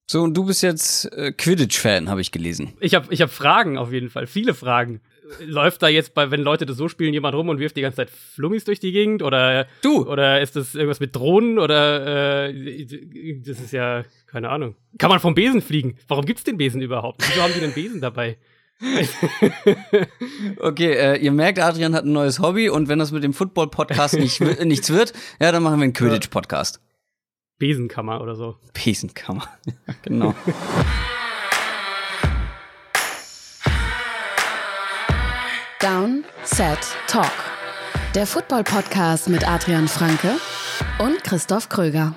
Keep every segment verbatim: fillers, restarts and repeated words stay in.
So, und du bist jetzt äh, Quidditch-Fan, habe ich gelesen. Ich habe ich hab Fragen auf jeden Fall, viele Fragen. Läuft da jetzt, bei, wenn Leute das so spielen, jemand rum und wirft die ganze Zeit Flummis durch die Gegend? Oder, du. Oder ist das irgendwas mit Drohnen? Oder äh, das ist ja, keine Ahnung. Kann man vom Besen fliegen? Warum gibt's den Besen überhaupt? Wieso haben die den Besen dabei? Okay, äh, ihr merkt, Adrian hat ein neues Hobby und wenn das mit dem Football-Podcast nicht, nichts wird, ja, dann machen wir einen Quidditch-Podcast. Besenkammer oder so. Besenkammer, genau. Down, Set, Talk. Der Football-Podcast mit Adrian Franke und Christoph Kröger.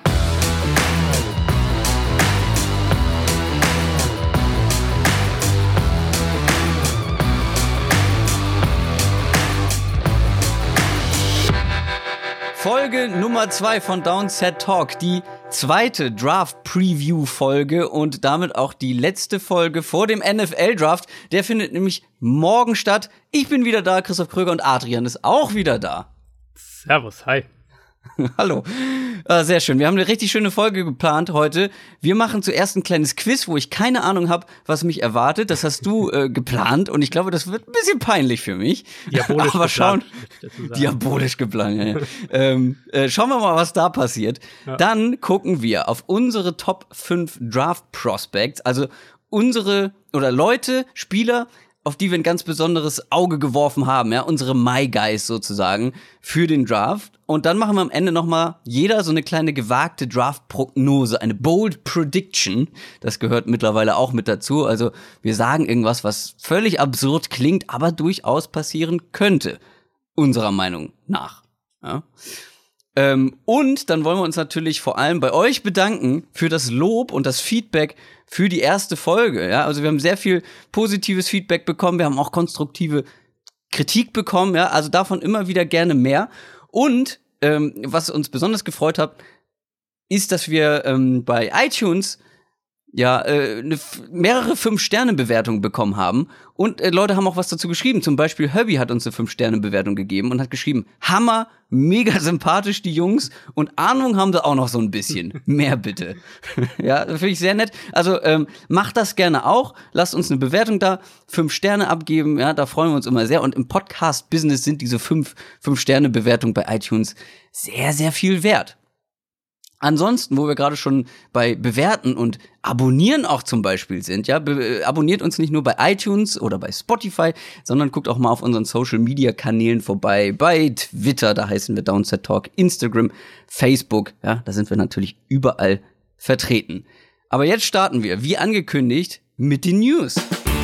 Folge Nummer zwei von Down, Set, Talk, die zweite Draft-Preview-Folge und damit auch die letzte Folge vor dem N F L-Draft. Der findet nämlich morgen statt. Ich bin wieder da, Christoph Kröger, und Adrian ist auch wieder da. Servus, hi. Hallo. Äh, sehr schön. Wir haben eine richtig schöne Folge geplant heute. Wir machen zuerst ein kleines Quiz, wo ich keine Ahnung habe, was mich erwartet. Das hast du äh, geplant und ich glaube, das wird ein bisschen peinlich für mich. Diabolisch Aber geplant. Schauen, diabolisch geplant, ja. ja. ähm, äh, schauen wir mal, was da passiert. Ja. Dann gucken wir auf unsere Top fünf Draft Prospects, also unsere oder Leute, Spieler, auf die wir ein ganz besonderes Auge geworfen haben, ja, unsere My Guys sozusagen für den Draft. Und dann machen wir am Ende nochmal jeder so eine kleine gewagte Draft-Prognose, eine Bold Prediction. Das gehört mittlerweile auch mit dazu. Also wir sagen irgendwas, was völlig absurd klingt, aber durchaus passieren könnte, unserer Meinung nach. Ja. Ähm, und dann wollen wir uns natürlich vor allem bei euch bedanken für das Lob und das Feedback für die erste Folge. Ja, also wir haben sehr viel positives Feedback bekommen, wir haben auch konstruktive Kritik bekommen. Ja, also davon immer wieder gerne mehr. Und ähm, was uns besonders gefreut hat, ist, dass wir ähm, bei iTunes ja äh, eine, mehrere fünf-Sterne-Bewertungen bekommen haben. Und äh, Leute haben auch was dazu geschrieben. Zum Beispiel Herbie hat uns eine fünf-Sterne-Bewertung gegeben und hat geschrieben, Hammer, mega sympathisch, die Jungs. Und Ahnung haben sie auch noch so ein bisschen. Mehr bitte. Ja, finde ich sehr nett. Also ähm, macht das gerne auch. Lasst uns eine Bewertung da, fünf Sterne abgeben. Ja, da freuen wir uns immer sehr. Und im Podcast-Business sind diese fünf Fünf-Sterne-Bewertungen bei iTunes sehr, sehr viel wert. Ansonsten, wo wir gerade schon bei Bewerten und Abonnieren auch zum Beispiel sind, ja, be- abonniert uns nicht nur bei iTunes oder bei Spotify, sondern guckt auch mal auf unseren Social-Media-Kanälen vorbei, bei Twitter, da heißen wir Downset Talk, Instagram, Facebook, ja, da sind wir natürlich überall vertreten. Aber jetzt starten wir, wie angekündigt, mit den News.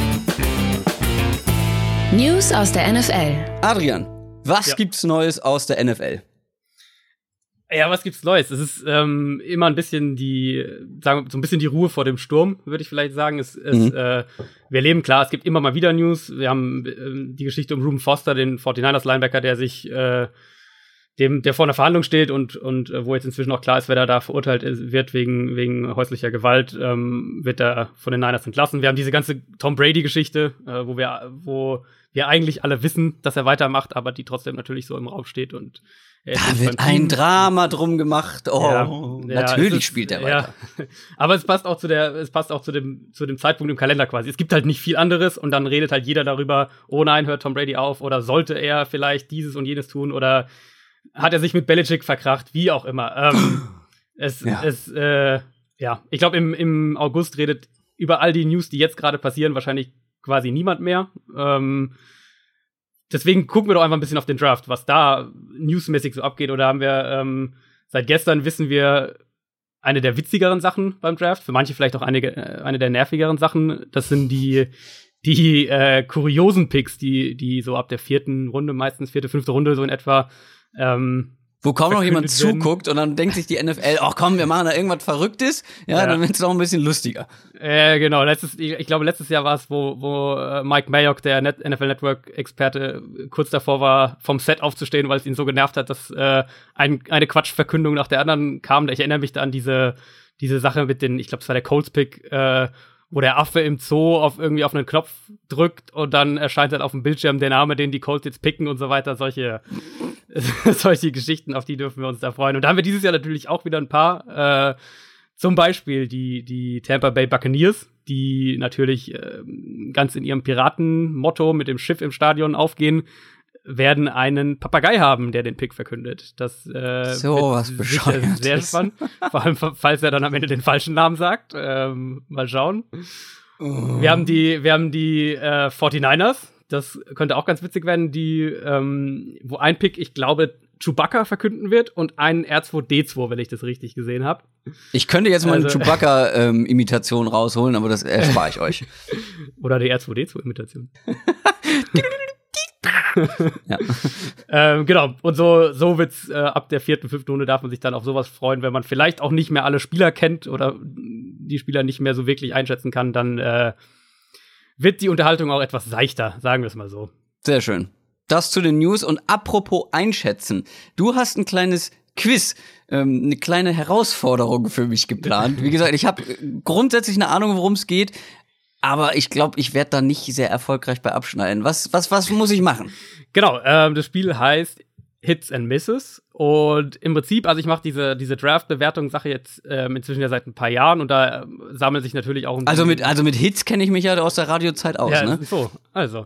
News aus der N F L. Adrian, was ja. gibt's Neues aus der N F L? Ja, was gibt's Neues? Es ist ähm, immer ein bisschen die, sagen wir, so ein bisschen die Ruhe vor dem Sturm, würde ich vielleicht sagen. Es, es, mhm. äh, wir erleben, klar, es gibt immer mal wieder News. Wir haben äh, die Geschichte um Reuben Foster, den forty-niners-Linebacker, der sich, äh, dem, der vor einer Verhandlung steht und und äh, wo jetzt inzwischen auch klar ist, wer da, da verurteilt ist, wird wegen wegen häuslicher Gewalt, ähm, wird er von den Niners entlassen. Wir haben diese ganze Tom Brady-Geschichte, äh, wo wir, wo wir eigentlich alle wissen, dass er weitermacht, aber die trotzdem natürlich so im Raum steht und da wird ein Drama drum gemacht. Oh, ja, natürlich ja, ist, spielt er weiter. Ja. Aber es passt auch zu der, es passt auch zu dem, zu dem Zeitpunkt im Kalender quasi. Es gibt halt nicht viel anderes und dann redet halt jeder darüber, oh nein, hört Tom Brady auf oder sollte er vielleicht dieses und jenes tun oder hat er sich mit Belichick verkracht, wie auch immer. Ähm, es, ja. es, äh, ja, ich glaube im, im August redet über all die News, die jetzt gerade passieren, wahrscheinlich quasi niemand mehr. Ähm, Deswegen gucken wir doch einfach ein bisschen auf den Draft, was da newsmäßig so abgeht. Oder haben wir, ähm, seit gestern wissen wir eine der witzigeren Sachen beim Draft. Für manche vielleicht auch eine, eine der nervigeren Sachen. Das sind die, die äh, kuriosen Picks, die, die so ab der vierten Runde, meistens vierte, fünfte Runde so in etwa, ähm, wo kaum noch jemand zuguckt und dann denkt sich die N F L, ach komm, wir machen da irgendwas Verrücktes, ja, ja. Dann wird es noch ein bisschen lustiger. Äh, genau, letztes, ich, ich glaube, letztes Jahr war es, wo, wo äh, Mike Mayock, der Net- N F L Network-Experte, kurz davor war, vom Set aufzustehen, weil es ihn so genervt hat, dass äh, ein, eine Quatschverkündung nach der anderen kam. Ich erinnere mich da an diese, diese Sache mit den, ich glaube, es war der Colts-Pick, äh, wo der Affe im Zoo auf irgendwie auf einen Knopf drückt und dann erscheint halt auf dem Bildschirm der Name, den die Colts jetzt picken und so weiter. Solche, solche Geschichten, auf die dürfen wir uns da freuen. Und da haben wir dieses Jahr natürlich auch wieder ein paar. Äh, Zum Beispiel die, die Tampa Bay Buccaneers, die natürlich äh, ganz in ihrem Piratenmotto mit dem Schiff im Stadion aufgehen, werden einen Papagei haben, der den Pick verkündet. Das äh, so was Bescheuertes. Sehr spannend. Vor allem, falls er dann am Ende den falschen Namen sagt. Ähm, mal schauen. Oh. Wir haben die, wir haben die äh, forty-niners. Das könnte auch ganz witzig werden, die, ähm, wo ein Pick, ich glaube, Chewbacca verkünden wird und ein R zwei D zwei, wenn ich das richtig gesehen habe. Ich könnte jetzt mal also, eine Chewbacca-Imitation ähm, rausholen, aber das erspare ich euch. Oder die R zwei D zwei-Imitation. Ja. ähm, genau, und so, so wird's äh, ab der vierten, fünften Runde darf man sich dann auf sowas freuen, wenn man vielleicht auch nicht mehr alle Spieler kennt oder die Spieler nicht mehr so wirklich einschätzen kann, dann äh, wird die Unterhaltung auch etwas seichter, sagen wir es mal so. Sehr schön. Das zu den News. Und apropos einschätzen, du hast ein kleines Quiz, ähm, eine kleine Herausforderung für mich geplant. Wie gesagt, ich habe grundsätzlich eine Ahnung, worum es geht, aber ich glaube, ich werde da nicht sehr erfolgreich bei abschneiden. Was, was, was muss ich machen? Genau, ähm, das Spiel heißt Hits and Misses. Und im Prinzip, also ich mache diese, diese Draft-Bewertung-Sache jetzt ähm, inzwischen ja seit ein paar Jahren und da ähm, sammeln sich natürlich auch ein Also mit, also mit Hits kenne ich mich ja aus der Radiozeit aus, ja, ne? So, also.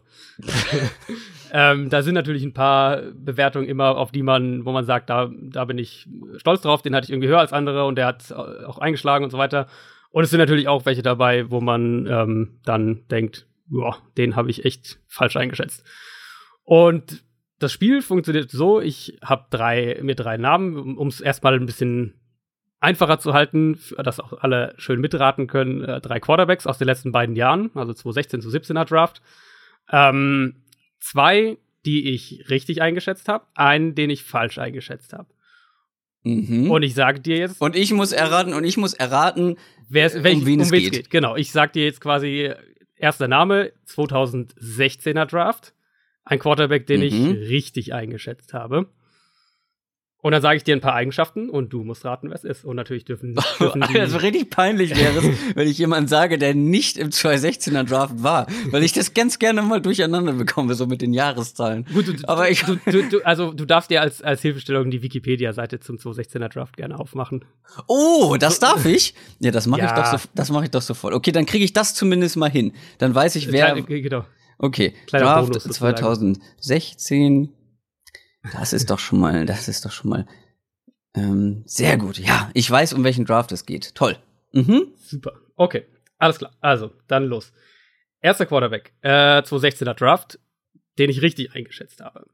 ähm, da sind natürlich ein paar Bewertungen immer, auf die man, wo man sagt, da, da bin ich stolz drauf, den hatte ich irgendwie höher als andere und der hat auch eingeschlagen und so weiter. Und es sind natürlich auch welche dabei, wo man ähm, dann denkt, ja, den habe ich echt falsch eingeschätzt. Und das Spiel funktioniert so, ich habe drei, mir drei Namen, um es erstmal ein bisschen einfacher zu halten, dass auch alle schön mitraten können. Äh, drei Quarterbacks aus den letzten beiden Jahren, also zwanzig sechzehn zu siebzehner Draft. Ähm, zwei, die ich richtig eingeschätzt habe, einen, den ich falsch eingeschätzt habe. Mhm. Und ich sage dir jetzt. Und ich muss erraten, und ich muss erraten, wer welch, um wen um es geht. geht. Genau, ich sag dir jetzt quasi erster Name, zwanzig sechzehner Draft. Ein Quarterback, den mhm. ich richtig eingeschätzt habe. Und dann sage ich dir ein paar Eigenschaften und du musst raten, wer es ist. Und natürlich dürfen, dürfen die Also richtig peinlich wäre es, wenn ich jemanden sage, der nicht im zwanzig sechzehner Draft war. Weil ich das ganz gerne mal durcheinander bekomme, so mit den Jahreszahlen. Gut, du, aber ich du, du, du, also du darfst dir als, als Hilfestellung die Wikipedia-Seite zum zwanzig sechzehner Draft gerne aufmachen. Oh, das darf ich? Ja, das mache ja. ich doch so, das mache ich doch sofort. Okay, dann kriege ich das zumindest mal hin. Dann weiß ich, wer. Kleine, genau. Okay, Kleiner Draft Bonus, zwanzig sechzehn. Das ist doch schon mal, das ist doch schon mal ähm, sehr gut. Ja, ich weiß, um welchen Draft es geht. Toll. Mhm. Super. Okay, alles klar. Also, dann los. Erster Quarterback, äh, zwanzig sechzehner Draft, den ich richtig eingeschätzt habe.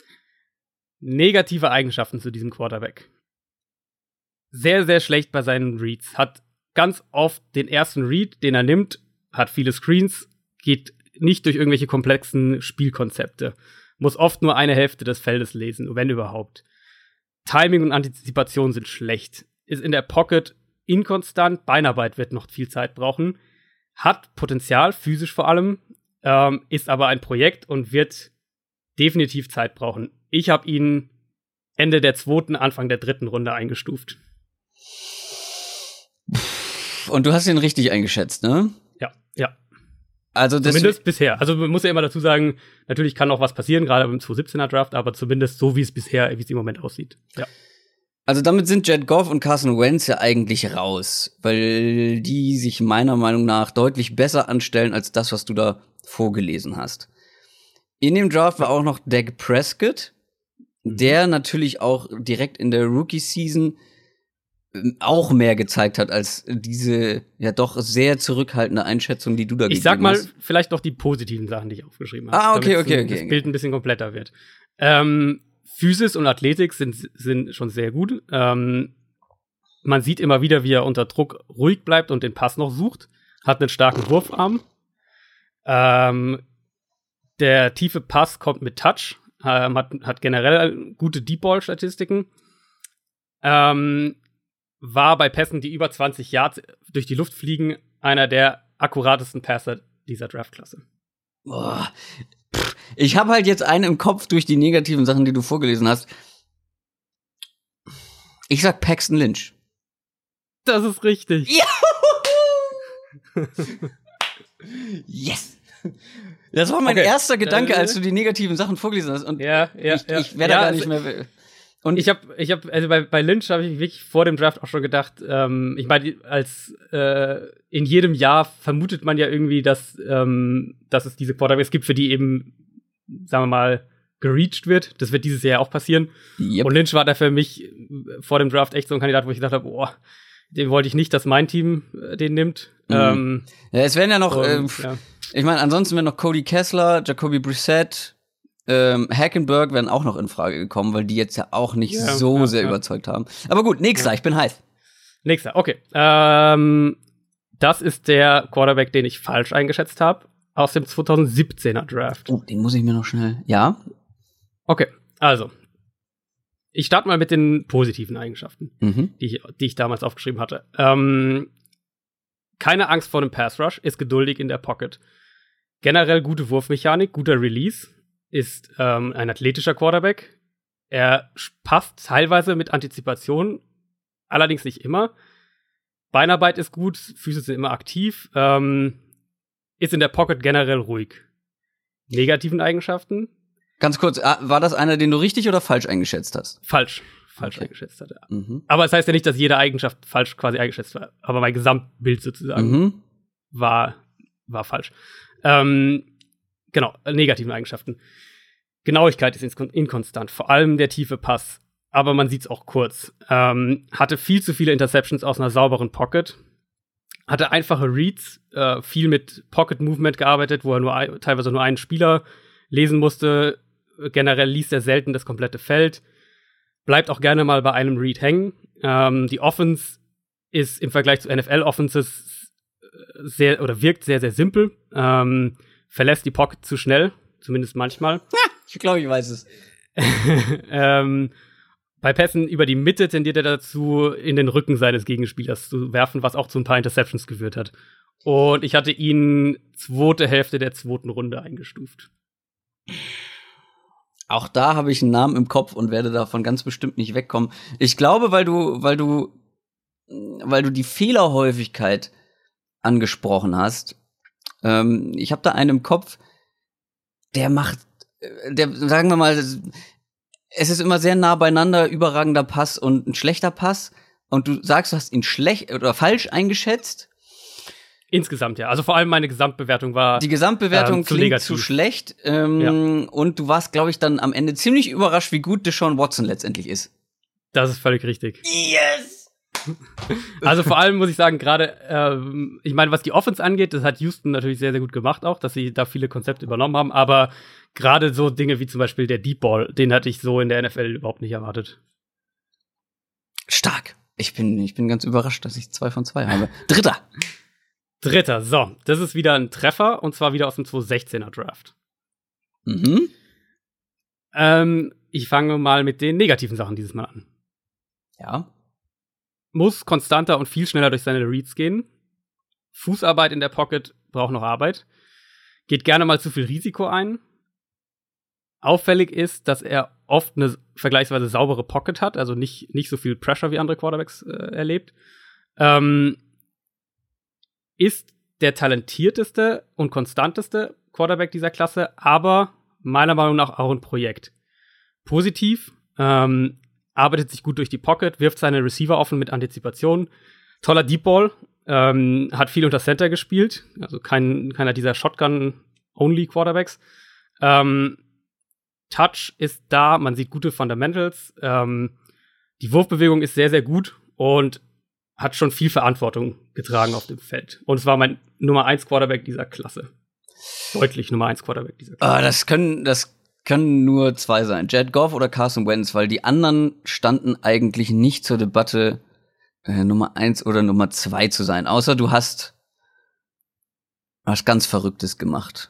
Negative Eigenschaften zu diesem Quarterback. Sehr, sehr schlecht bei seinen Reads. Hat ganz oft den ersten Read, den er nimmt, hat viele Screens, geht nicht durch irgendwelche komplexen Spielkonzepte. Muss oft nur eine Hälfte des Feldes lesen, wenn überhaupt. Timing und Antizipation sind schlecht. Ist in der Pocket inkonstant. Beinarbeit wird noch viel Zeit brauchen. Hat Potenzial, physisch vor allem. Ähm, ist aber ein Projekt und wird definitiv Zeit brauchen. Ich habe ihn Ende der zweiten, Anfang der dritten Runde eingestuft. Und du hast ihn richtig eingeschätzt, ne? Ja, ja. Also zumindest bisher. Also man muss ja immer dazu sagen, natürlich kann noch was passieren, gerade beim zwanzig siebzehner Draft, aber zumindest so, wie es bisher, wie es im Moment aussieht. Ja. Also damit sind Jared Goff und Carson Wentz ja eigentlich raus, weil die sich meiner Meinung nach deutlich besser anstellen als das, was du da vorgelesen hast. In dem Draft war auch noch Dak Prescott, der natürlich auch direkt in der Rookie-Season auch mehr gezeigt hat als diese ja doch sehr zurückhaltende Einschätzung, die du da gegeben hast. Ich sag mal vielleicht noch die positiven Sachen, die ich aufgeschrieben habe. Ah, okay, okay, okay. Das Bild ein bisschen kompletter wird. Ähm, Physis und Athletik sind, sind schon sehr gut. Ähm, man sieht immer wieder, wie er unter Druck ruhig bleibt und den Pass noch sucht. Hat einen starken Wurfarm. Ähm, der tiefe Pass kommt mit Touch. Ähm, hat, hat generell gute Deep-Ball-Statistiken. Ähm, war bei Pässen, die über zwanzig Yards durch die Luft fliegen, einer der akkuratesten Passer dieser Draftklasse. Boah. Ich habe halt jetzt einen im Kopf durch die negativen Sachen, die du vorgelesen hast. Ich sag Paxton Lynch. Das ist richtig. Ja. Yes. Das war mein okay. erster Gedanke, als du die negativen Sachen vorgelesen hast. Und ja, ja, ich, ja. ich werde ja, da gar nicht mehr. Und ich habe, ich habe, also bei, bei Lynch habe ich wirklich vor dem Draft auch schon gedacht, ähm, ich meine, als äh, in jedem Jahr vermutet man ja irgendwie, dass, ähm, dass es diese Quarterbacks gibt, für die eben, sagen wir mal, gereached wird. Das wird dieses Jahr auch passieren. Yep. Und Lynch war da für mich vor dem Draft echt so ein Kandidat, wo ich gedacht habe, boah, den wollte ich nicht, dass mein Team äh, den nimmt. Mhm. Ähm, ja, es werden ja noch, und, äh, ja. ich meine, ansonsten wären noch Cody Kessler, Jacoby Brissett, ähm, Hackenberg wären auch noch in Frage gekommen, weil die jetzt ja auch nicht ja, so ja, sehr ja. überzeugt haben. Aber gut, nächster, ja. ich bin heiß. Nächster, okay. Ähm, das ist der Quarterback, den ich falsch eingeschätzt habe, aus dem zwanzig siebzehner Draft. Oh, den muss ich mir noch schnell, ja? Okay, also. Ich starte mal mit den positiven Eigenschaften, mhm. die, ich, die ich damals aufgeschrieben hatte. Ähm, keine Angst vor dem Pass Rush, ist geduldig in der Pocket. Generell gute Wurfmechanik, guter Release, ist ähm, ein athletischer Quarterback. Er passt teilweise mit Antizipation, allerdings nicht immer. Beinarbeit ist gut, Füße sind immer aktiv, ähm, ist in der Pocket generell ruhig. Negativen Eigenschaften. Ganz kurz, war das einer, den du richtig oder falsch eingeschätzt hast? Falsch. Falsch okay. eingeschätzt hatte. Mhm. Aber es das heißt ja nicht, dass jede Eigenschaft falsch quasi eingeschätzt war. Aber mein Gesamtbild sozusagen mhm. war, war falsch. Ähm, genau, negativen Eigenschaften. Genauigkeit ist inkonstant, vor allem der tiefe Pass. Aber man sieht's auch kurz. Ähm, hatte viel zu viele Interceptions aus einer sauberen Pocket. Hatte einfache Reads, äh, viel mit Pocket Movement gearbeitet, wo er nur ein, teilweise nur einen Spieler lesen musste. Generell liest er selten das komplette Feld. Bleibt auch gerne mal bei einem Read hängen. Ähm, die Offense ist im Vergleich zu N F L-Offenses sehr oder wirkt sehr, sehr simpel. Ähm, verlässt die Pocket zu schnell, zumindest manchmal. Ich glaube, ich weiß es. ähm, bei Pässen über die Mitte tendiert er dazu, in den Rücken seines Gegenspielers zu werfen, was auch zu ein paar Interceptions geführt hat. Und ich hatte ihn zweite Hälfte der zweiten Runde eingestuft. Auch da habe ich einen Namen im Kopf und werde davon ganz bestimmt nicht wegkommen. Ich glaube, weil du, weil du, weil du die Fehlerhäufigkeit angesprochen hast. Ähm, ich habe da einen im Kopf, der macht, der, sagen wir mal, es ist immer sehr nah beieinander, überragender Pass und ein schlechter Pass. Und du sagst, du hast ihn schlecht oder falsch eingeschätzt. Insgesamt, ja. Also vor allem meine Gesamtbewertung war Die Gesamtbewertung ähm, zu klingt negativ. zu schlecht. Ähm, ja. Und du warst, glaube ich, dann am Ende ziemlich überrascht, wie gut Deshaun Watson letztendlich ist. Das ist völlig richtig. Yes! Also vor allem muss ich sagen, gerade, ähm, ich meine, was die Offense angeht, das hat Houston natürlich sehr, sehr gut gemacht auch, dass sie da viele Konzepte übernommen haben. Aber gerade so Dinge wie zum Beispiel der Deep Ball, den hatte ich so in der N F L überhaupt nicht erwartet. Stark. Ich bin, ich bin ganz überrascht, dass ich zwei von zwei habe. Dritter. Dritter, so. Das ist wieder ein Treffer, und zwar wieder aus dem zwanzig sechzehner Draft. Mhm. Ähm, ich fange mal mit den negativen Sachen dieses Mal an. Ja. Muss konstanter und viel schneller durch seine Reads gehen. Fußarbeit in der Pocket braucht noch Arbeit. Geht gerne mal zu viel Risiko ein. Auffällig ist, dass er oft eine vergleichsweise saubere Pocket hat, also nicht, nicht so viel Pressure wie andere Quarterbacks äh, erlebt. Ähm, ist der talentierteste und konstanteste Quarterback dieser Klasse, aber meiner Meinung nach auch ein Projekt. Positiv, ähm, arbeitet sich gut durch die Pocket, wirft seine Receiver offen mit Antizipation. Toller Deep Ball, ähm, hat viel unter Center gespielt, also kein, keiner dieser Shotgun-Only-Quarterbacks. Ähm, Touch ist da, man sieht gute Fundamentals. Ähm, die Wurfbewegung ist sehr, sehr gut und hat schon viel Verantwortung getragen auf dem Feld. Und es war mein Nummer eins Quarterback dieser Klasse. Deutlich Nummer eins Quarterback dieser Klasse. Ah, das können, das können nur zwei sein. Jared Goff oder Carson Wentz, weil die anderen standen eigentlich nicht zur Debatte, äh, Nummer eins oder Nummer zwei zu sein. Außer du hast was ganz Verrücktes gemacht.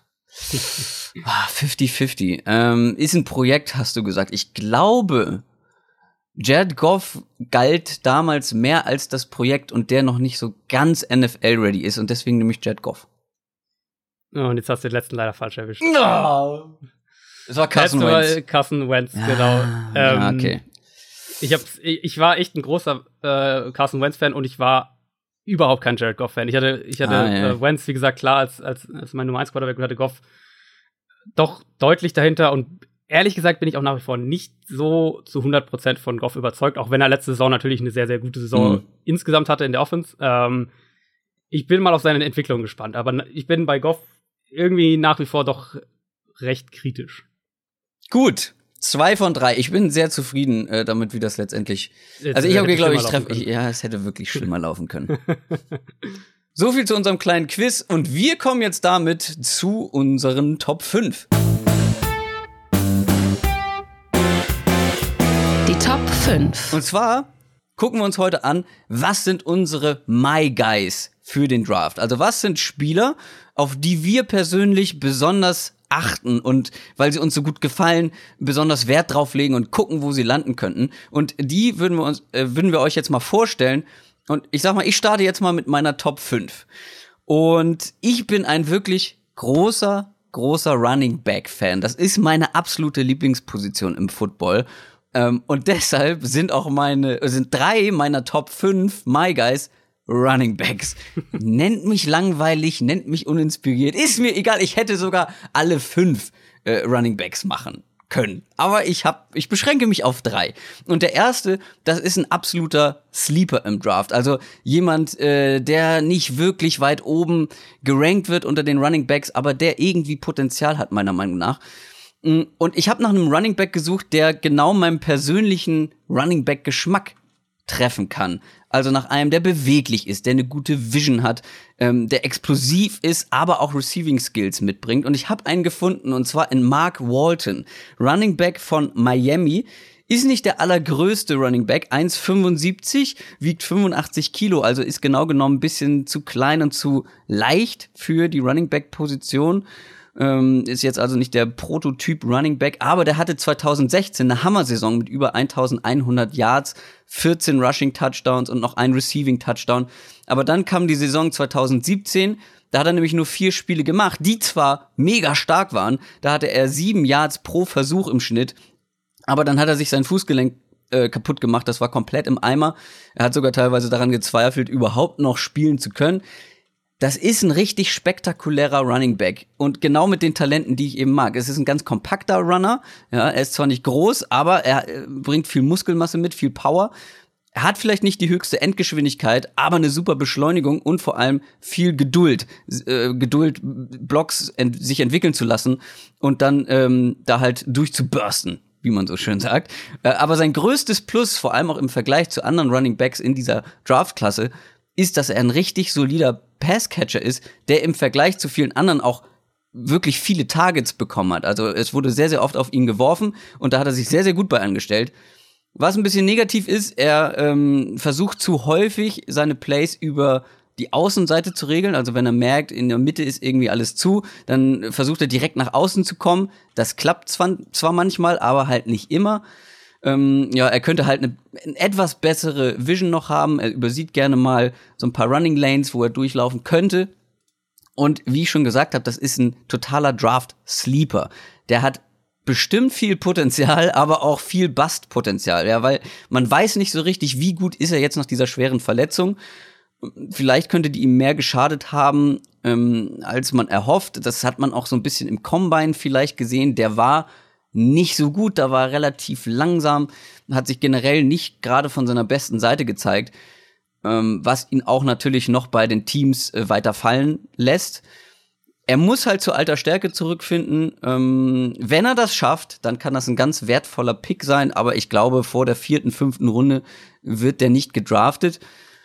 fünfzig fünfzig. Ähm, ist ein Projekt, hast du gesagt. Ich glaube, Jared Goff galt damals mehr als das Projekt und der noch nicht so ganz N F L-ready ist und deswegen nehme ich Jared Goff. Oh, und jetzt hast du den letzten leider falsch erwischt. No. Es war Carson Wentz. Carson Wentz, ja, genau. Ähm, ja, okay. Ich, hab, ich war echt ein großer äh, Carson Wentz-Fan und ich war überhaupt kein Jared Goff-Fan. Ich hatte, ich hatte ah, ja. äh, Wentz, wie gesagt, klar, als, als, als mein Nummer eins Quarterback und hatte Goff doch deutlich dahinter und ehrlich gesagt bin ich auch nach wie vor nicht so zu hundert Prozent von Goff überzeugt, auch wenn er letzte Saison natürlich eine sehr, sehr gute Saison mhm. insgesamt hatte in der Offense. Ähm, ich bin mal auf seine Entwicklung gespannt, aber ich bin bei Goff irgendwie nach wie vor doch recht kritisch. Gut. Zwei von drei. Ich bin sehr zufrieden äh, damit, wie das letztendlich. Jetzt also ich habe glaube ich treffe. Ja, es hätte wirklich schlimmer laufen können. So viel zu unserem kleinen Quiz und wir kommen jetzt damit zu unseren Top fünf. Die Top fünf. Und zwar gucken wir uns heute an, was sind unsere My Guys für den Draft? Also was sind Spieler, auf die wir persönlich besonders achten und weil sie uns so gut gefallen, besonders Wert drauf legen und gucken, wo sie landen könnten. Und die würden wir uns, äh, würden wir euch jetzt mal vorstellen. Und ich sag mal, ich starte jetzt mal mit meiner Top fünf. Und ich bin ein wirklich großer, großer Running Back Fan. Das ist meine absolute Lieblingsposition im Football. Ähm, und deshalb sind auch meine, sind drei meiner Top fünf My Guys Running Backs. Nennt mich langweilig, nennt mich uninspiriert. Ist mir egal, ich hätte sogar alle fünf äh, Running Backs machen können. Aber ich hab, ich beschränke mich auf drei. Und der erste, das ist ein absoluter Sleeper im Draft. Also jemand, äh, der nicht wirklich weit oben gerankt wird unter den Running Backs, aber der irgendwie Potenzial hat, meiner Meinung nach. Und ich habe nach einem Running Back gesucht, der genau meinem persönlichen Running Back Geschmack treffen kann. Also nach einem, der beweglich ist, der eine gute Vision hat, ähm, der explosiv ist, aber auch Receiving Skills mitbringt. Und ich habe einen gefunden, und zwar in Mark Walton, Running Back von Miami. Ist nicht der allergrößte Running Back, eins Komma fünfundsiebzig, wiegt fünfundachtzig Kilo, also ist genau genommen ein bisschen zu klein und zu leicht für die Running Back Position. Ähm, ist jetzt also nicht der Prototyp Running Back, aber der hatte zweitausendsechzehn eine Hammer-Saison mit über eintausendeinhundert Yards, vierzehn Rushing Touchdowns und noch ein Receiving Touchdown. Aber dann kam die Saison zweitausendsiebzehn, da hat er nämlich nur vier Spiele gemacht, die zwar mega stark waren, da hatte er sieben Yards pro Versuch im Schnitt, aber dann hat er sich sein Fußgelenk äh, kaputt gemacht, das war komplett im Eimer. Er hat sogar teilweise daran gezweifelt, überhaupt noch spielen zu können. Das ist ein richtig spektakulärer Running Back und genau mit den Talenten, die ich eben mag. Es ist ein ganz kompakter Runner, ja, er ist zwar nicht groß, aber er äh, bringt viel Muskelmasse mit, viel Power. Er hat vielleicht nicht die höchste Endgeschwindigkeit, aber eine super Beschleunigung und vor allem viel Geduld, äh, Geduld, Blocks ent- sich entwickeln zu lassen und dann ähm, da halt durchzubursten, wie man so schön sagt. Äh, aber sein größtes Plus, vor allem auch im Vergleich zu anderen Running Backs in dieser Draftklasse, ist, dass er ein richtig solider Passcatcher ist, der im Vergleich zu vielen anderen auch wirklich viele Targets bekommen hat. Also es wurde sehr, sehr oft auf ihn geworfen und da hat er sich sehr, sehr gut bei angestellt. Was ein bisschen negativ ist, er ähm, versucht zu häufig seine Plays über die Außenseite zu regeln. Also wenn er merkt, in der Mitte ist irgendwie alles zu, dann versucht er direkt nach außen zu kommen. Das klappt zwar, zwar manchmal, aber halt nicht immer. Ähm, ja, er könnte halt eine, eine etwas bessere Vision noch haben. Er übersieht gerne mal so ein paar Running Lanes, wo er durchlaufen könnte. Und wie ich schon gesagt habe, das ist ein totaler Draft-Sleeper. Der hat bestimmt viel Potenzial, aber auch viel Bust-Potenzial. Ja, weil man weiß nicht so richtig, wie gut ist er jetzt nach dieser schweren Verletzung. Vielleicht könnte die ihm mehr geschadet haben, ähm, als man erhofft. Das hat man auch so ein bisschen im Combine vielleicht gesehen. Der war nicht so gut, da war er relativ langsam, hat sich generell nicht gerade von seiner besten Seite gezeigt, ähm, was ihn auch natürlich noch bei den Teams äh, weiter fallen lässt. Er muss halt zu alter Stärke zurückfinden. Ähm, wenn er das schafft, dann kann das ein ganz wertvoller Pick sein, aber ich glaube, vor der vierten, fünften Runde wird der nicht gedraftet.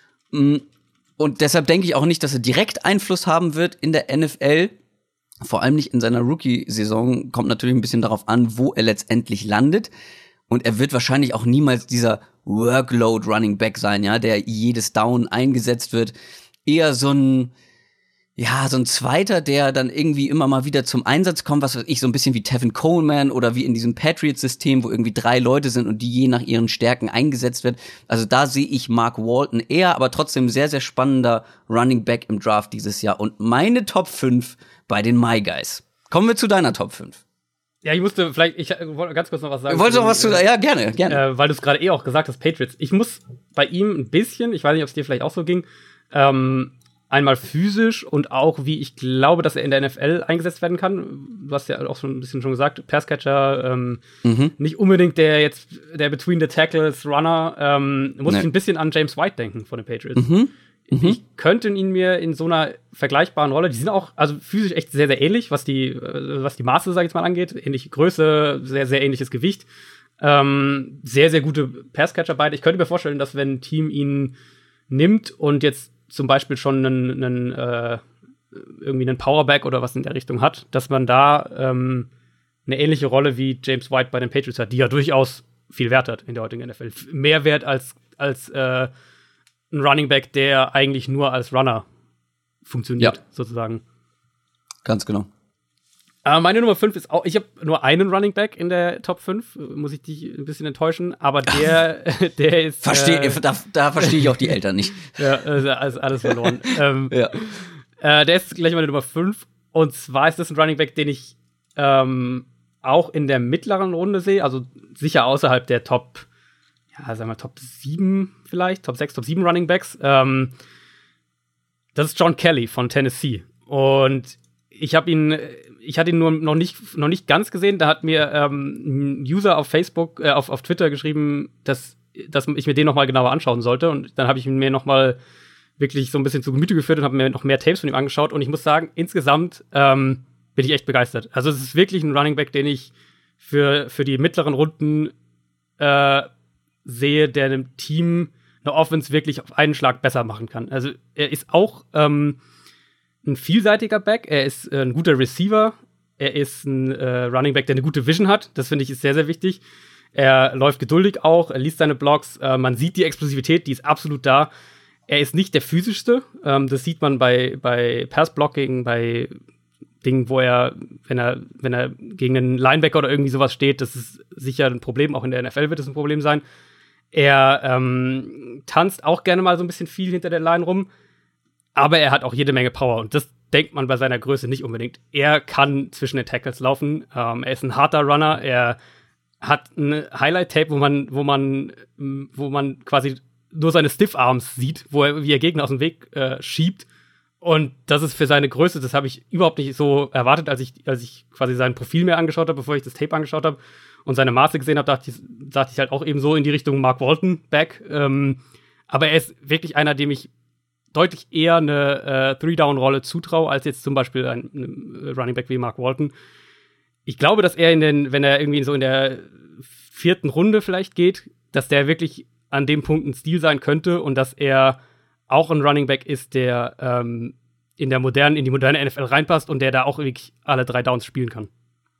Und deshalb denke ich auch nicht, dass er direkt Einfluss haben wird in der N F L. Vor allem nicht in seiner Rookie-Saison, kommt natürlich ein bisschen darauf an, wo er letztendlich landet. Und er wird wahrscheinlich auch niemals dieser Workload-Running-Back sein, ja, der jedes Down eingesetzt wird. Eher so ein, ja, so ein Zweiter, der dann irgendwie immer mal wieder zum Einsatz kommt, was weiß ich, so ein bisschen wie Tevin Coleman oder wie in diesem Patriots-System, wo irgendwie drei Leute sind und die je nach ihren Stärken eingesetzt wird. Also da sehe ich Mark Walton eher, aber trotzdem sehr, sehr spannender Running-Back im Draft dieses Jahr. Und meine Top fünf bei den My Guys. Kommen wir zu deiner Top fünf. Ja, ich musste vielleicht, ich wollte ganz kurz noch was sagen. Wolltest du noch was zu sagen? Ja, gerne, gerne. Äh, weil du es gerade eh auch gesagt hast, Patriots. Ich muss bei ihm ein bisschen, ich weiß nicht, ob es dir vielleicht auch so ging, ähm, Einmal physisch und auch, wie ich glaube, dass er in der N F L eingesetzt werden kann. Du hast ja auch schon ein bisschen schon gesagt, Passcatcher, ähm, mhm. nicht unbedingt der jetzt, der Between the Tackles Runner, ähm, muss nee. ich ein bisschen an James White denken von den Patriots. Mhm. Mhm. Ich könnte ihn mir in so einer vergleichbaren Rolle, die sind auch also physisch echt sehr, sehr ähnlich, was die, was die Maße, sag ich jetzt mal, angeht. Ähnliche Größe, sehr, sehr ähnliches Gewicht. Ähm, sehr, sehr gute Passcatcher beide. Ich könnte mir vorstellen, dass wenn ein Team ihn nimmt und jetzt zum Beispiel schon einen, einen äh, irgendwie einen Powerback oder was in der Richtung hat, dass man da ähm, eine ähnliche Rolle wie James White bei den Patriots hat, die ja durchaus viel Wert hat in der heutigen N F L. Mehr Wert als, als äh, ein Running Back, der eigentlich nur als Runner funktioniert, ja. sozusagen. Ganz genau. Äh, meine Nummer fünf ist auch, ich habe nur einen Running Back in der Top fünf, muss ich dich ein bisschen enttäuschen, aber der, der ist. Versteh, äh, da da verstehe ich auch die Eltern nicht. Ja, also alles verloren. ähm, ja. äh, der ist gleich meine Nummer fünf, und zwar ist das ein Running Back, den ich ähm, auch in der mittleren Runde sehe, also sicher außerhalb der Top, ja, sagen wir Top sieben vielleicht, Top sechs, Top sieben Running Backs. Ähm, das ist John Kelly von Tennessee. Und ich habe ihn, ich hatte ihn nur noch nicht, noch nicht ganz gesehen. Da hat mir ähm, ein User auf Facebook, äh, auf, auf Twitter geschrieben, dass, dass ich mir den noch mal genauer anschauen sollte. Und dann habe ich ihn mir noch mal wirklich so ein bisschen zu Gemüte geführt und habe mir noch mehr Tapes von ihm angeschaut. Und ich muss sagen, insgesamt ähm, bin ich echt begeistert. Also es ist wirklich ein Running Back, den ich für, für die mittleren Runden äh, sehe, der einem Team eine Offense wirklich auf einen Schlag besser machen kann. Also er ist auch ähm, ein vielseitiger Back, er ist äh, ein guter Receiver, er ist ein äh, Running Back, der eine gute Vision hat, das finde ich ist sehr, sehr wichtig. Er läuft geduldig auch, er liest seine Blocks, äh, man sieht die Explosivität, die ist absolut da. Er ist nicht der physischste, ähm, das sieht man bei, bei Pass-Blocking, bei Dingen, wo er, wenn er, wenn er gegen einen Linebacker oder irgendwie sowas steht, das ist sicher ein Problem, auch in der N F L wird es ein Problem sein. Er ähm, tanzt auch gerne mal so ein bisschen viel hinter der Line rum, aber er hat auch jede Menge Power und das denkt man bei seiner Größe nicht unbedingt. Er kann zwischen den Tackles laufen, ähm, er ist ein harter Runner, er hat ein Highlight-Tape, wo man, wo man, wo man quasi nur seine Stiff-Arms sieht, wo er, wie er Gegner aus dem Weg äh, schiebt. Und das ist für seine Größe, das habe ich überhaupt nicht so erwartet, als ich, als ich quasi sein Profil mir angeschaut habe, bevor ich das Tape angeschaut habe und seine Maße gesehen habe, dachte ich, dachte ich halt auch eben so in die Richtung Mark Walton back. Ähm, aber er ist wirklich einer, dem ich deutlich eher eine äh, Three-Down-Rolle zutraue, als jetzt zum Beispiel ein, ein Running Back wie Mark Walton. Ich glaube, dass er in den, wenn er irgendwie so in der vierten Runde vielleicht geht, dass der wirklich an dem Punkt ein Stil sein könnte und dass er auch ein Running Back ist, der ähm, in der modernen, in die moderne N F L reinpasst und der da auch wirklich alle drei Downs spielen kann.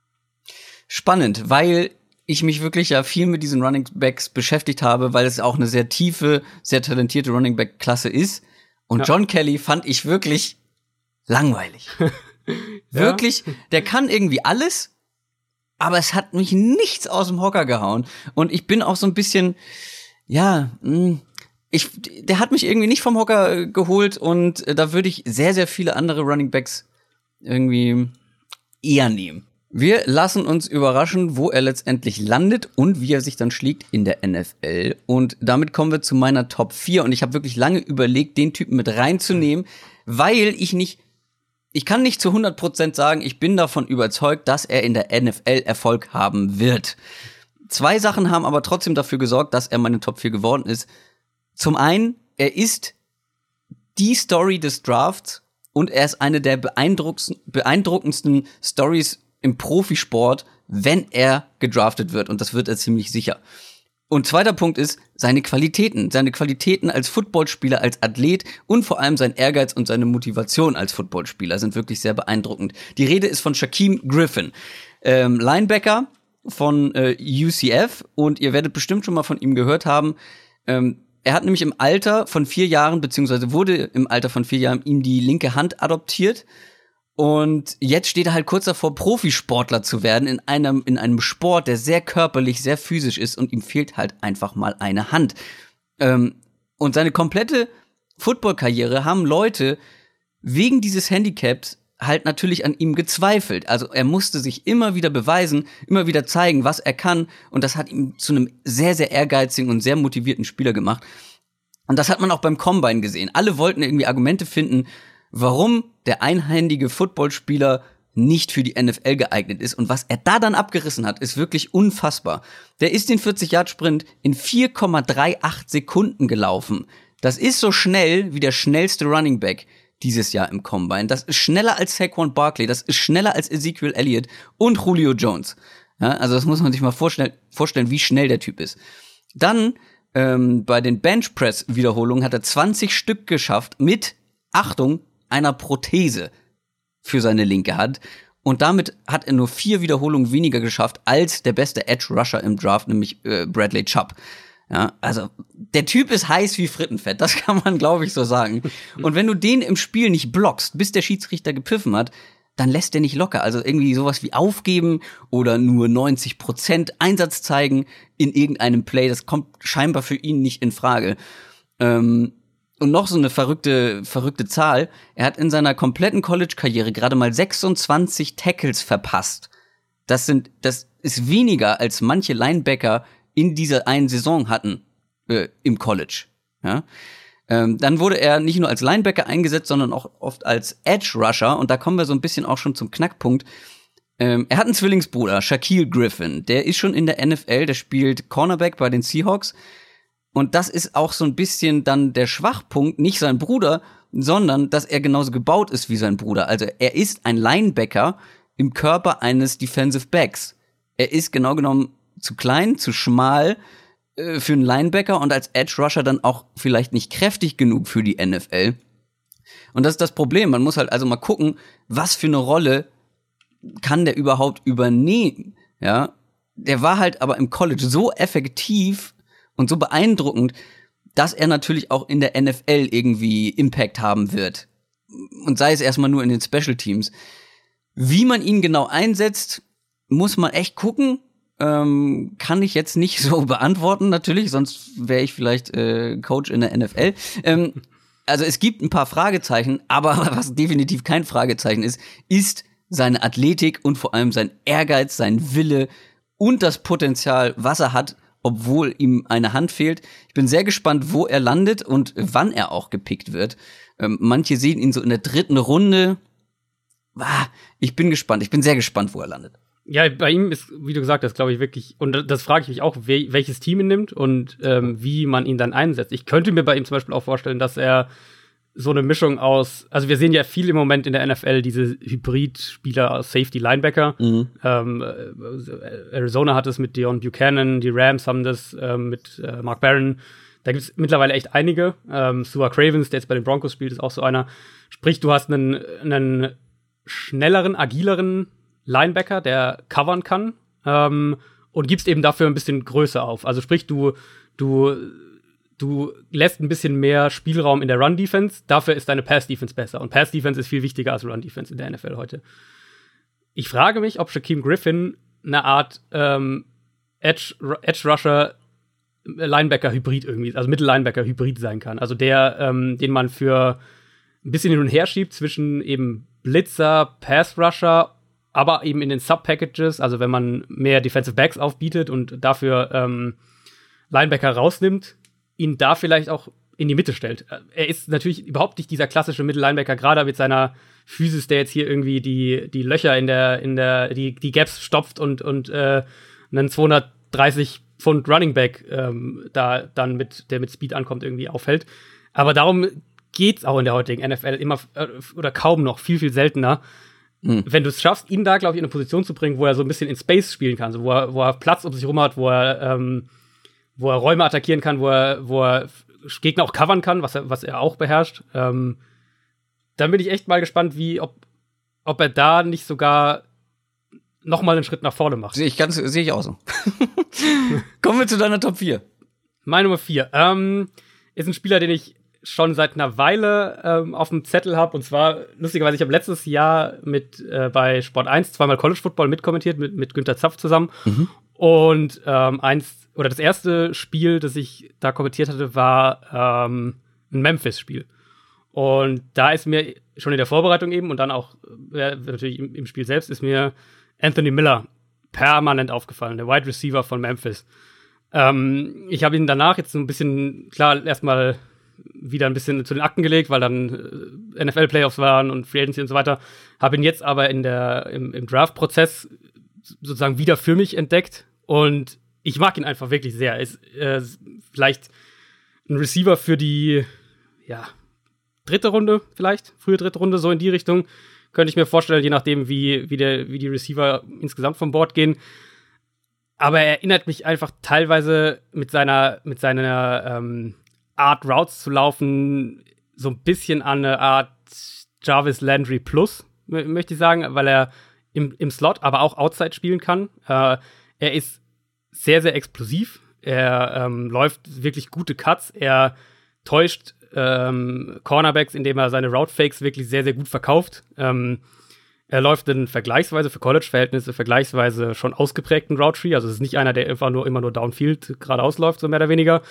Spannend, weil ich mich wirklich ja viel mit diesen Running Backs beschäftigt habe, weil es auch eine sehr tiefe, sehr talentierte Running Back-Klasse ist. Und ja. John Kelly fand ich wirklich langweilig. Ja. Wirklich, der kann irgendwie alles, aber es hat mich nichts aus dem Hocker gehauen. Und ich bin auch so ein bisschen, ja, mh, ich, der hat mich irgendwie nicht vom Hocker geholt und äh, da würde ich sehr, sehr viele andere Running Backs irgendwie eher nehmen. Wir lassen uns überraschen, wo er letztendlich landet und wie er sich dann schlägt in der N F L. Und damit kommen wir zu meiner Top vier. Und ich habe wirklich lange überlegt, den Typen mit reinzunehmen, weil ich nicht, ich kann nicht zu hundert Prozent sagen, ich bin davon überzeugt, dass er in der N F L Erfolg haben wird. Zwei Sachen haben aber trotzdem dafür gesorgt, dass er meine Top vier geworden ist. Zum einen, er ist die Story des Drafts und er ist eine der beeindruckendsten Stories im Profisport, wenn er gedraftet wird. Und das wird er ziemlich sicher. Und zweiter Punkt ist seine Qualitäten. Seine Qualitäten als Footballspieler, als Athlet und vor allem sein Ehrgeiz und seine Motivation als Footballspieler sind wirklich sehr beeindruckend. Die Rede ist von Shaquem Griffin, ähm, Linebacker von äh, U C F. Und ihr werdet bestimmt schon mal von ihm gehört haben. Ähm, Er hat nämlich im Alter von vier Jahren, beziehungsweise wurde im Alter von vier Jahren ihm die linke Hand adoptiert. Und jetzt steht er halt kurz davor, Profisportler zu werden in einem, in einem Sport, der sehr körperlich, sehr physisch ist und ihm fehlt halt einfach mal eine Hand. Ähm, und seine komplette Football-Karriere haben Leute wegen dieses Handicaps halt natürlich an ihm gezweifelt. Also er musste sich immer wieder beweisen, immer wieder zeigen, was er kann. Und das hat ihn zu einem sehr, sehr ehrgeizigen und sehr motivierten Spieler gemacht. Und das hat man auch beim Combine gesehen. Alle wollten irgendwie Argumente finden, warum der einhändige Footballspieler nicht für die N F L geeignet ist. Und was er da dann abgerissen hat, ist wirklich unfassbar. Der ist den vierzig-Yard-Sprint in vier Komma achtunddreißig Sekunden gelaufen. Das ist so schnell wie der schnellste Running Back dieses Jahr im Combine. Das ist schneller als Saquon Barkley, das ist schneller als Ezekiel Elliott und Julio Jones. Ja, also das muss man sich mal vorstellen, vorstellen, wie schnell der Typ ist. Dann ähm, bei den Benchpress-Wiederholungen hat er zwanzig Stück geschafft mit, Achtung, einer Prothese für seine linke Hand. Und damit hat er nur vier Wiederholungen weniger geschafft als der beste Edge-Rusher im Draft, nämlich äh, Bradley Chubb. Ja, also der Typ ist heiß wie Frittenfett, das kann man, glaube ich, so sagen. Und wenn du den im Spiel nicht blockst, bis der Schiedsrichter gepfiffen hat, dann lässt der nicht locker. Also irgendwie sowas wie aufgeben oder nur neunzig Prozent Einsatz zeigen in irgendeinem Play, das kommt scheinbar für ihn nicht in Frage. Ähm, und noch so eine verrückte, verrückte Zahl. Er hat in seiner kompletten College-Karriere gerade mal sechsundzwanzig Tackles verpasst. Das sind, das ist weniger als manche Linebacker in dieser einen Saison hatten äh, im College. Ja? Ähm, dann wurde er nicht nur als Linebacker eingesetzt, sondern auch oft als Edge-Rusher. Und da kommen wir so ein bisschen auch schon zum Knackpunkt. Ähm, er hat einen Zwillingsbruder, Shaquille Griffin. Der ist schon in der N F L, der spielt Cornerback bei den Seahawks. Und das ist auch so ein bisschen dann der Schwachpunkt, nicht sein Bruder, sondern dass er genauso gebaut ist wie sein Bruder. Also er ist ein Linebacker im Körper eines Defensive Backs. Er ist genau genommen zu klein, zu schmal äh, für einen Linebacker und als Edge Rusher dann auch vielleicht nicht kräftig genug für die N F L. Und das ist das Problem. Man muss halt also mal gucken, was für eine Rolle kann der überhaupt übernehmen. Ja, der war halt aber im College so effektiv und so beeindruckend, dass er natürlich auch in der N F L irgendwie Impact haben wird. Und sei es erstmal nur in den Special Teams. Wie man ihn genau einsetzt, muss man echt gucken. Ähm, kann ich jetzt nicht so beantworten, natürlich, sonst wäre ich vielleicht äh, Coach in der N F L. Ähm, also es gibt ein paar Fragezeichen, aber was definitiv kein Fragezeichen ist, ist seine Athletik und vor allem sein Ehrgeiz, sein Wille und das Potenzial, was er hat, obwohl ihm eine Hand fehlt. Ich bin sehr gespannt, wo er landet und wann er auch gepickt wird. Ähm, manche sehen ihn so in der dritten Runde. Ah, ich bin gespannt, ich bin sehr gespannt, wo er landet. Ja, bei ihm ist, wie du gesagt hast, glaube ich wirklich, und das frage ich mich auch, we- welches Team ihn nimmt und ähm, wie man ihn dann einsetzt. Ich könnte mir bei ihm zum Beispiel auch vorstellen, dass er so eine Mischung aus, also wir sehen ja viel im Moment in der N F L diese Hybrid-Spieler aus Safety-Linebacker. Mhm. Ähm, Arizona hat es mit Deon Buchanan, die Rams haben das ähm, mit äh, Mark Barron. Da gibt es mittlerweile echt einige. Ähm, Sua Cravens, der jetzt bei den Broncos spielt, ist auch so einer. Sprich, du hast einen, einen schnelleren, agileren Linebacker, der covern kann, ähm, und gibst eben dafür ein bisschen Größe auf. Also sprich, du, du, du lässt ein bisschen mehr Spielraum in der Run-Defense, dafür ist deine Pass-Defense besser. Und Pass-Defense ist viel wichtiger als Run-Defense in der N F L heute. Ich frage mich, ob Shaquem Griffin eine Art ähm, Edge-Rusher Linebacker-Hybrid irgendwie, also Mittel-Linebacker-Hybrid sein kann. Also der, ähm, den man für ein bisschen hin und her schiebt zwischen eben Blitzer, Pass-Rusher, aber eben in den Sub-Packages, also wenn man mehr Defensive Backs aufbietet und dafür ähm, Linebacker rausnimmt, ihn da vielleicht auch in die Mitte stellt. Er ist natürlich überhaupt nicht dieser klassische Mittel-Linebacker, gerade mit seiner Physis, der jetzt hier irgendwie die, die Löcher in der, in der, die, die Gaps stopft und, und äh, einen zweihundertdreißig Pfund Running Back ähm, da dann mit, der mit Speed ankommt, irgendwie aufhält. Aber darum geht's auch in der heutigen N F L immer äh, oder kaum noch, viel, viel seltener. Mhm. Wenn du es schaffst, ihn da, glaube ich, in eine Position zu bringen, wo er so ein bisschen in Space spielen kann, so wo er, wo er Platz um sich rum hat, wo er, ähm, wo er Räume attackieren kann, wo er, wo er Gegner auch covern kann, was er, was er auch beherrscht, ähm, dann bin ich echt mal gespannt, wie, ob, ob er da nicht sogar noch mal einen Schritt nach vorne macht. Sehe ich, ganz, sehe ich auch so. Kommen wir zu deiner Top vier. Meine Nummer vier ähm, ist ein Spieler, den ich schon seit einer Weile ähm, auf dem Zettel habe. Und zwar, lustigerweise, ich habe letztes Jahr mit äh, bei Sport eins zweimal College Football mitkommentiert, mit, mit Günther Zapf zusammen. Mhm. Und ähm, eins, oder das erste Spiel, das ich da kommentiert hatte, war ähm, ein Memphis-Spiel. Und da ist mir schon in der Vorbereitung eben und dann auch äh, natürlich im, im Spiel selbst ist mir Anthony Miller permanent aufgefallen, der Wide Receiver von Memphis. Ähm, ich habe ihn danach jetzt so ein bisschen, klar, erstmal wieder ein bisschen zu den Akten gelegt, weil dann äh, N F L-Playoffs waren und Free Agency und so weiter. Habe ihn jetzt aber in der, im, im Draft-Prozess sozusagen wieder für mich entdeckt. Und ich mag ihn einfach wirklich sehr. Er ist äh, vielleicht ein Receiver für die, ja, dritte Runde vielleicht, frühe dritte Runde, so in die Richtung. Könnte ich mir vorstellen, je nachdem, wie, wie, der, wie die Receiver insgesamt vom Board gehen. Aber er erinnert mich einfach teilweise mit seiner, mit seiner ähm, Art, Routes zu laufen, so ein bisschen an eine Art Jarvis Landry Plus, m- möchte ich sagen, weil er im, im Slot, aber auch Outside spielen kann. Äh, er ist sehr, sehr explosiv. Er ähm, läuft wirklich gute Cuts. Er täuscht ähm, Cornerbacks, indem er seine Route-Fakes wirklich sehr, sehr gut verkauft. Ähm, er läuft einen vergleichsweise für College-Verhältnisse vergleichsweise schon ausgeprägten Route-Tree. Also es ist nicht einer, der einfach nur immer nur Downfield geradeaus läuft, so mehr oder weniger.